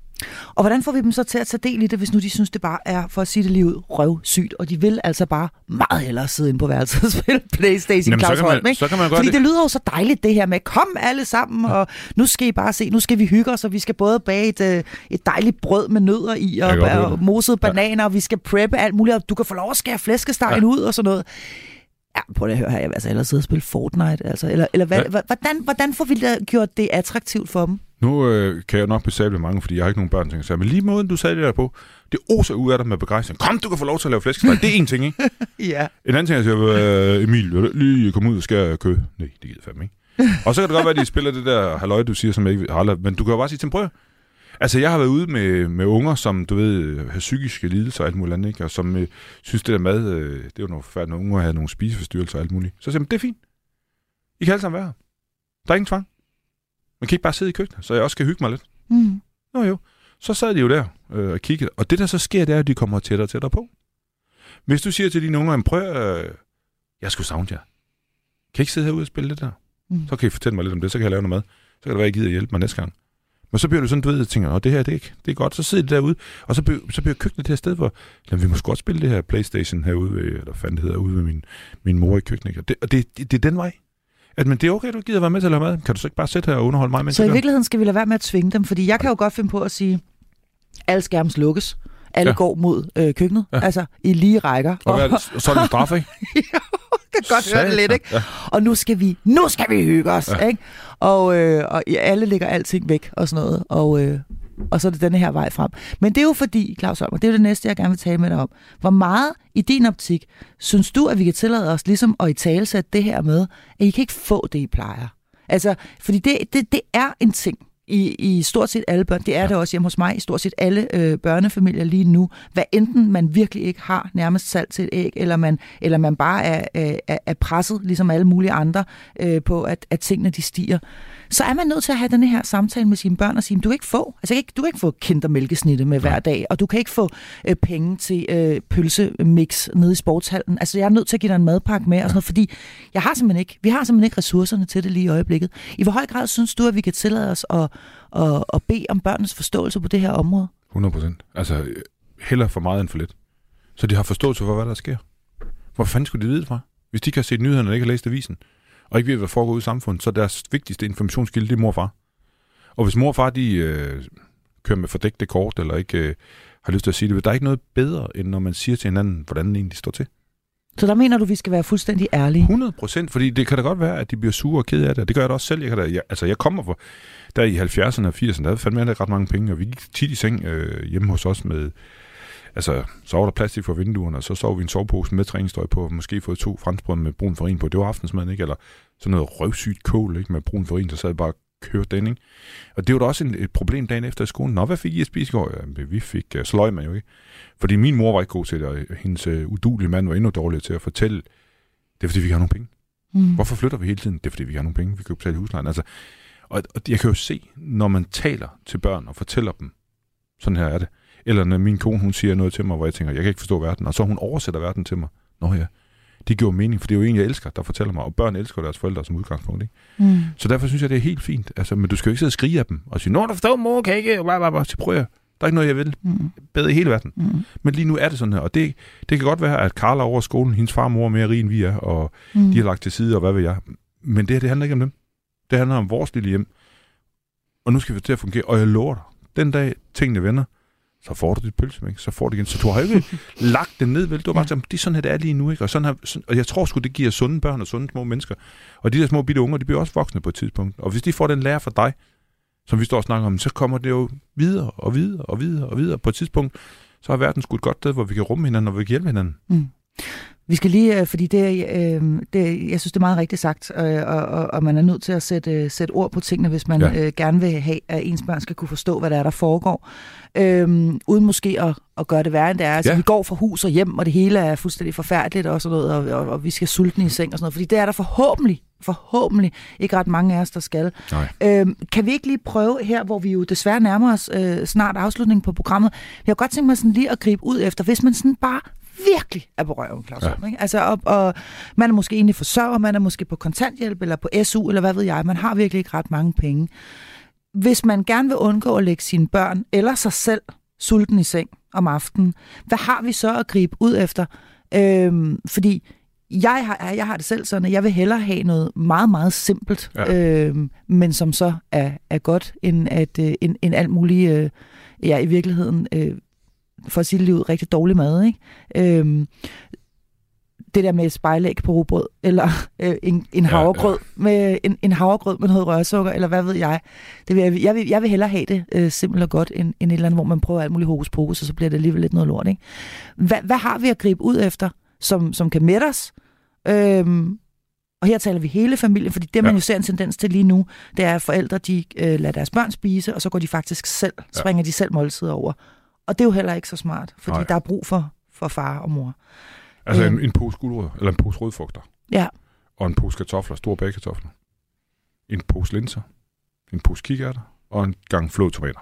Og hvordan får vi dem så til at tage del i det, hvis nu de synes, det bare er, for at sige det lige ud, røvsygt, og de vil altså bare meget hellere sidde inde på værelset og spille PlayStation, Claus Holm, ikke? Så kan man gøre fordi det lyder jo så dejligt, det her med, kom alle sammen, og nu skal I bare se, nu skal vi hygge os, og vi skal både bage et dejligt brød med nødder i, og mosede bananer, og vi skal preppe alt muligt, og du kan få lov at skære flæskestegen ud, og sådan noget. Ja, prøv at høre her, jeg vil altså ellers sidde og spille Fortnite, altså, eller hvordan får vi gjort det attraktivt for dem? Nu kan jeg nok besable mange, fordi jeg har ikke nogen børn, tænker, men lige måden, du sagde det der på, det oser ud af dig med begejstring. Kom, du kan få lov til at lave flæskesteg. Det er en ting, ikke? Ja. En anden ting, jeg siger, Emil, vil du lige komme ud og skære kød? Nej, det gider fandme ikke. Og så kan det godt være, at de spiller det der halløj, du siger, som jeg ikke har, men du kan jo bare sige til dem, prøv. Altså, jeg har været ude med unger, som, du ved, har psykiske lidelser og alt muligt andet, ikke? Og som synes, det der mad, det er jo noget forfærdeligt, når unger havde nogle spiseforstyrrelser og alt muligt. Så siger jeg, det er fint. I kan alle sammen være her. Der er ingen tvang. Man kan ikke bare sidde i køkkenet, så jeg også kan hygge mig lidt. Nå jo. Så sad de jo der og kiggede. Og det, der så sker, det er, at de kommer tættere og tættere på. Hvis du siger til dine unger, prøv, jeg skulle savne jer. Kan I ikke sidde herude og spille det der? Så kan I fortælle mig lidt om det, så kan jeg lave noget mad. Så kan det være, at I gider hjælpe mig næste gang. Men så bliver du sådan, du ved, og tænker, det her, det er godt. Så sidder de derude, og så bliver køkkenet det her sted, hvor vi må godt spille det her PlayStation herude, eller fanden det hedder, ude med min mor i køkkenet. Og det er den vej. Men det er okay, du gider være med til at lave mad. Kan du så ikke bare sætte her og underholde mig? Så i virkeligheden skal vi lade være med at tvinge dem, fordi jeg kan jo godt finde på at sige, alle skærms lukkes. Alle går mod køkkenet, altså i lige rækker. Og så er det en straf, ikke? Jeg kan godt høre det lidt, ikke? Ja. Og nu skal vi hygge os, ikke? Og alle lægger alting væk og sådan noget, og så er det denne her vej frem. Men det er jo fordi, Claus Holmer, det er jo det næste, jeg gerne vil tale med dig om. Hvor meget i din optik synes du, at vi kan tillade os ligesom at italesætte det her med, at I kan ikke få det, I plejer? Altså, fordi det er en ting. I stort set alle børn, det er det også hjemme hos mig, i stort set alle børnefamilier lige nu, hvad enten man virkelig ikke har nærmest salt til et æg, eller man bare er presset, ligesom alle mulige andre, på at tingene de stiger, så er man nødt til at have den her samtale med sine børn og sige, du kan ikke få kindermælkesnitte med hver dag, og du kan ikke få penge til pølsemix nede i sportshallen. Altså jeg er nødt til at give dig en madpakke med, og sådan noget, fordi vi har simpelthen ikke ressourcerne til det lige i øjeblikket. I hvor høj grad synes du, at vi kan tillade os at bede om børnenes forståelse på det her område? 100%. Altså hellere for meget end for lidt. Så de har forståelse for, hvad der sker. Hvor fanden skulle de vide det fra? Hvis de ikke har set nyhederne og ikke har læst avisen, og ikke ved, hvad foregår ude i samfundet, så deres vigtigste informationskilde, det er mor og far. Og hvis mor og far, de kører med fordækte kort, eller ikke har lyst til at sige det, der er ikke noget bedre, end når man siger til hinanden, hvordan den egentlig står til. Så der mener du, vi skal være fuldstændig ærlige? 100%, fordi det kan da godt være, at de bliver sure og kede af det. Det gør jeg da også selv. Jeg kommer fra, der i 70'erne og 80'erne, der fandt man ret mange penge, og vi gik tit i seng hjemme hos os med, altså, så var der plastik for vinduerne, og så sov vi en sovepose med træningstøj på, og måske fået 2 franskbrød med brun farin på. Det var aftensmaden, ikke? Eller sådan noget røvsygt kål, ikke? Med brun farin, så sad jeg bare og kørte den, ikke? Og det var da også et problem dagen efter i skolen. Nå, hvad fik I at spise i går? Ja, vi fik sløj man jo, ikke? Fordi min mor var ikke god til det, og hendes udulige mand var endnu dårligere til at fortælle, det er fordi, vi har nogle penge. Hvorfor flytter vi hele tiden? Det er fordi, vi har nogle penge. Vi kan jo betale huslejen. Altså, og jeg kan jo se, når man taler til børn og fortæller dem, sådan her er det. Eller når min kone, hun siger noget til mig, hvor jeg tænker, jeg kan ikke forstå verden, og så hun oversætter verden til mig. Nå ja, det giver mening, for det er jo en, jeg elsker, der fortæller mig, og børn elsker deres forældre som udgangspunkt, ikke? Så derfor synes jeg, det er helt fint. Altså, men du skal jo ikke sidde og skrige af dem, og sige, nå, der forstår mor, kan ikke, så prøver jeg. Der er ikke noget, jeg vil bedre i hele verden. Men lige nu er det sådan her, og det kan godt være, at Carla over skolen, hendes far og mor er mere rig, end vi er, og de har lagt til side, og hvad ved jeg. Men det her, det handler ikke om dem. Det handler om vores lille hjem. Og nu skal vi til at fungere, og jeg lover dig, den dag tingene vender, så får du dit pølsemæk, så får du igen. Så du har jo ikke lagt det ned, vel? Du har bare sagt, det er sådan her, det er lige nu, ikke? Og jeg tror sgu, det giver sunde børn og sunde små mennesker. Og de der små bitte unger, de bliver også voksne på et tidspunkt. Og hvis de får den lærer fra dig, som vi står og snakker om, så kommer det jo videre og videre og videre og videre. På et tidspunkt, så har verden sgu et godt sted, hvor vi kan rumme hinanden, og vi kan hjælpe hinanden. Vi skal lige, fordi jeg synes, det er meget rigtigt sagt, og man er nødt til at sætte ord på tingene, hvis man gerne vil have, at ens børn skal kunne forstå, hvad der er, der foregår. Uden måske at gøre det værre, end det er. Altså, vi går fra hus og hjem, og det hele er fuldstændig forfærdeligt og sådan noget, og vi skal sultne i seng og sådan noget, fordi det er der forhåbentlig ikke ret mange af os, der skal. Kan vi ikke lige prøve her, hvor vi jo desværre nærmer os snart afslutningen på programmet, jeg har godt tænkt mig sådan lige at gribe ud efter, hvis man sådan bare virkelig er på røven, Claus Holm, ikke? Altså, og man er måske egentlig forsørger, man er måske på kontanthjælp, eller på SU, eller hvad ved jeg, man har virkelig ikke ret mange penge. Hvis man gerne vil undgå at lægge sine børn, eller sig selv, sulten i seng om aftenen, hvad har vi så at gribe ud efter? Fordi jeg har det selv sådan, at jeg vil hellere have noget meget, meget simpelt, men som så er godt, end alt muligt, i virkeligheden, for at sige det lige ud, rigtig dårlig mad, ikke? Det der med spejlæg på rugbrød, eller en havregrød med en havregrød med noget rørsukker, eller hvad ved jeg. Jeg vil hellere have det simpelt og godt, end et eller andet, hvor man prøver alt muligt hokus pokus, og så bliver det alligevel lidt noget lort, ikke? Hvad har vi at gribe ud efter, som kan mætte os? Og her taler vi hele familien, fordi det, man jo ser en tendens til lige nu, det er, at forældre, de lader deres børn spise, og så går de faktisk springer de selv måltider over. Og det er jo heller ikke så smart, fordi der er brug for far og mor. Altså en pose gulerødder, eller en pose rødfrugter. Ja. Og en pose kartofler, store bagekartofler. En pose linser. en pose kikærter og en gang flåede tomater.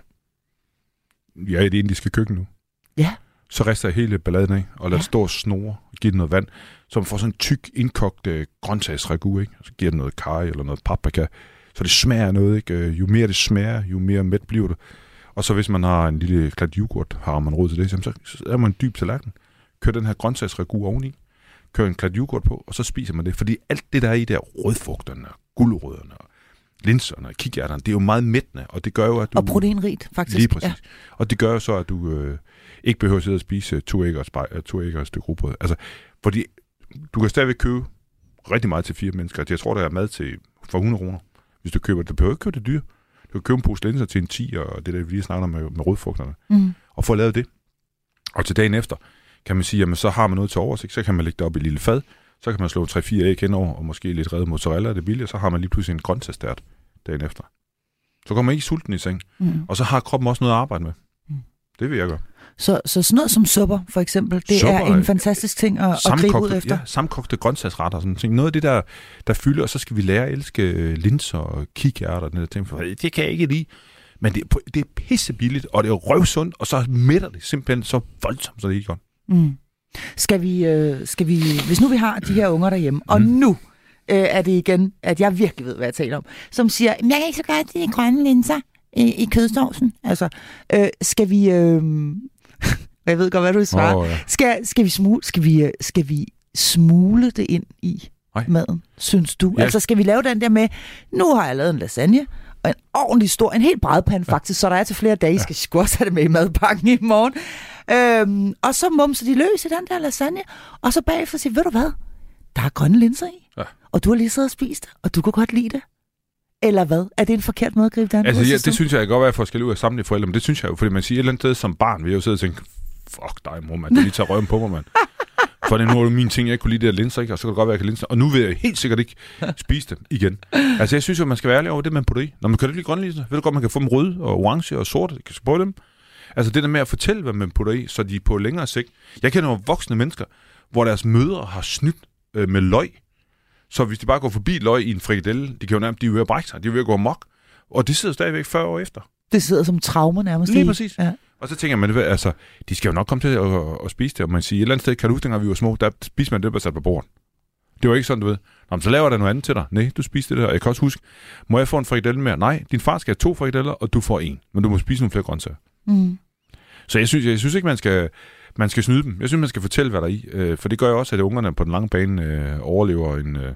Jeg er i det indiske køkken nu. Ja. Så rister jeg hele balladen af, og lader det stå og snore, og giver det noget vand, så man får sådan en tyk, indkogt grøntsagsragu, ikke? Og så giver det noget karry eller noget paprika, så det smager af noget, ikke? Jo mere det smager, jo mere mæt bliver det. Og så hvis man har en lille klat yoghurt, har man råd til det, så er man en dyb tallerken. Kør den her grøntsagsragu oveni, kør en klat yoghurt på, og så spiser man det. Fordi alt det, der er i der, rødfrugterne, gulerødderne, linserne og kikærterne, det er jo meget mættende, og det gør jo, at du... Og proteinrigt, faktisk. Lige præcis. Ja. Og det gør jo så, at du ikke behøver at sidde og spise 2 æg og et stykke rugbrød. Altså, fordi du kan stadigvæk købe rigtig meget til 4 mennesker. Jeg tror, der er mad til for 100 kroner. Hvis du køber det, du behøver ikke købe det dyre. Du kan købe en pose linser til en 10, og det der, vi lige snakker med rødfrugterne. Og få lavet det. Og til dagen efter, kan man sige, jamen så har man noget til oversigt, så kan man lægge det op i et lille fad, så kan man slå 3-4 æg henover, og måske lidt revet mozzarella, det er billigt, og så har man lige pludselig en grøntsagsstært dagen efter. Så kommer man ikke sulten i seng, og så har kroppen også noget at arbejde med. Det vil jeg gøre. Så sådan noget som supper, for eksempel, det er en fantastisk ting at gribe ud efter. Ja, sammenkogte grøntsagsretter og sådan ting. Noget af det, der fylder, og så skal vi lære at elske linser og kikærter og den der ting. Det kan jeg ikke lide. Men det er pissebilligt, og det er røvsundt, og så mætter det simpelthen så voldsomt, så det er ikke godt. Skal vi, hvis nu vi har de her unger derhjemme, og nu er det igen, at jeg virkelig ved, hvad jeg taler om, som siger, jeg kan ikke så godt de grønne linser i kødsovsen. Altså, skal vi... jeg ved godt, hvad du vil svare. Ja. Skal vi smule det ind i maden, synes du? Ja. Altså, skal vi lave den der med, nu har jeg lavet en lasagne, og en ordentlig stor, en helt brædpande faktisk, så der er til flere dage, skal sgu også have det med i madpakken i morgen. Og så mumser de løs i den der lasagne, og så bagefter siger, ved du hvad, der er grønne linser i, og du har lige siddet og spist det, og du kunne godt lide det. Eller hvad? Er det en forkert måde at gribe det an? Altså, det synes jeg godt være for at skille ud af samtlige forældre, men det synes jeg jo, fordi man siger et eller andet sted som barn, vil jeg jo sidde og tænke, fuck dig, mor, man, det lige tager røven på mig, mand. For det nu er det mine ting, jeg ikke kunne lide det der linser, ikke? Og så kan det godt være, at jeg kan linser. Og nu vil jeg helt sikkert ikke spise det igen. Altså, jeg synes jo, man skal være ærlig over det, man putter i. Når man kan lide grønne linser, ved du godt, man kan få dem røde og orange og sorte. Det kan prøve dem. Altså, det der med at fortælle, hvad man putter i, så de er på længere sigt. Jeg kender jo voksne mennesker, hvor deres mødre har snydt med løg. Så hvis de bare går forbi løg i en frikadelle, de kan jo nærmest, de er ved at brække sig, de er ved at gå amok. Og det sidder stadigvæk 40 år efter. Det sidder som traumer nærmest. Lige præcis. Ja. Og så tænker man, altså, de skal jo nok komme til at spise det. Og man siger, et eller andet sted, kan du huske, dengang vi var små, der spiste man det, der sat på bordet. Det var ikke sådan, du ved. Nå, så laver der noget andet til dig. Nej, du spiser det der. Jeg kan også huske, må jeg få en frikadelle mere? Nej, din far skal have 2 frikadeller, og du får 1. Men du må spise nogle flere grøntsager. Så jeg synes ikke, man skal snyde dem. Jeg synes, man skal fortælle, hvad der er i. For det gør jo også, at ungerne på den lange bane overlever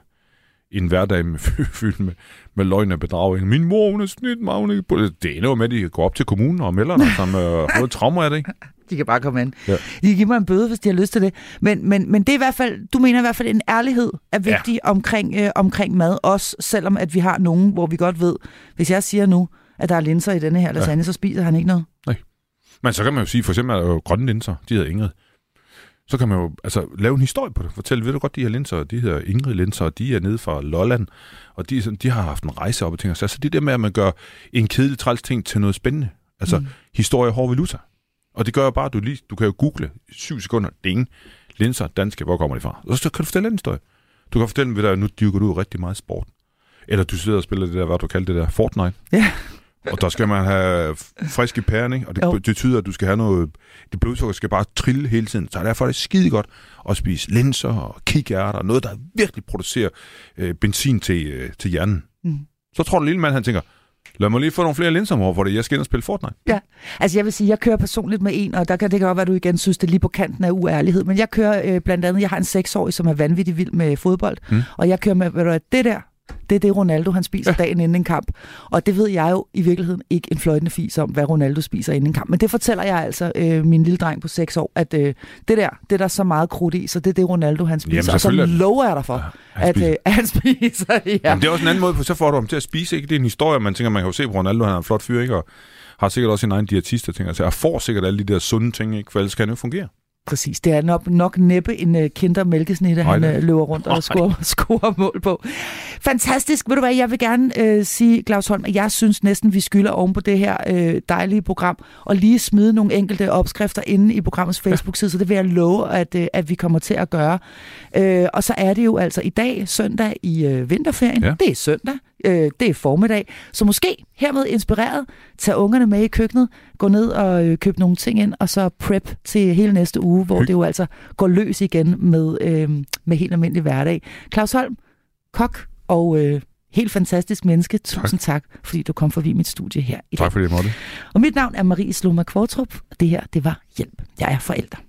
en hverdag fyldt med løgn og bedrag. Min mor, hun er snydt mig. Det ender jo med, at de går op til kommunen og melder dig, som har fået traumer af det, ikke? De kan bare komme ind. Ja. De kan give mig en bøde, hvis de har lyst til det. Men det er i hvert fald, du mener i hvert fald, en ærlighed er vigtig omkring mad, også selvom at vi har nogen, hvor vi godt ved, hvis jeg siger nu, at der er linser i denne her lasagne, så spiser han ikke noget. Nej. Men så kan man jo sige, for eksempel, at der er jo grønne linser, de hedder Ingrid. Så kan man jo lave en historie på det. Fortæl, ved du godt, de her linser, de hedder Ingrid linser, og de er nede fra Lolland, og de har haft en rejse op og ting. Så det der med, at man gør en kedelig træls ting til noget spændende. Altså, historie hård valuta. Og det gør jo bare, at du kan jo google 7 sekunder, ding, linser, danske, hvor kommer de fra? Og så kan du fortælle en historie. Du kan fortælle dem, at nu dyrker du rigtig meget sport. Eller du sidder og spiller det der, hvad du kalder det der, Fortnite. Ja. Og der skal man have friske pærer, ikke? Og det betyder, at du skal have noget... Det blodsukker skal bare trille hele tiden. Så derfor er det skide godt at spise linser og kikærter, noget, der virkelig producerer benzin til hjernen. Så tror du, lille mand, han tænker, lad mig lige få nogle flere linser, mor, hvor jeg skal ind og spille Fortnite. Ja, altså jeg vil sige, jeg kører personligt med en, og det kan godt være, at du igen synes, det er lige på kanten af uærlighed, men jeg kører blandt andet, jeg har en 6-årig, som er vanvittig vild med fodbold, og jeg kører med, ved du hvad, det der, det er det, Ronaldo han spiser dagen inden en kamp. Og det ved jeg jo i virkeligheden ikke en fløjtende fis om, hvad Ronaldo spiser inden en kamp. Men det fortæller jeg altså min lille dreng på 6 år, at det der er så meget krudt i, så det er det, Ronaldo han spiser. Jamen, og så lover jeg dig for, at han spiser. Ja. Jamen, det er også en anden måde, for så får du ham til at spise. Ikke? Det er en historie, man tænker, man kan jo se på Ronaldo, han er en flot fyr, ikke? Og har sikkert også sin egen diætist, og jeg får sikkert alle de der sunde ting, ikke? For ellers kan det jo fungere. Præcis. Det er nok næppe en kindermælkesnitte, han løber rundt og scorer mål på. Fantastisk. Ved du hvad, jeg vil gerne sige, Claus Holm, at jeg synes næsten, vi skylder oven på det her dejlige program, og lige smide nogle enkelte opskrifter inde i programmets Facebook-side, så det vil jeg love, at vi kommer til at gøre. Og så er det jo altså i dag, søndag i vinterferien. Ja. Det er søndag. Det er formiddag. Så måske hermed inspireret, tag ungerne med i køkkenet, gå ned og køb nogle ting ind, og så prep til hele næste uge, hvor det jo altså går løs igen med helt almindelig hverdag. Claus Holm, kok og helt fantastisk menneske. Tusind tak, fordi du kom forbi mit studie her i dag. Tak fordi jeg måtte. Og mit navn er Marie Sloma Kvartrup, og det her, det var Hjælp. Jeg er forælder.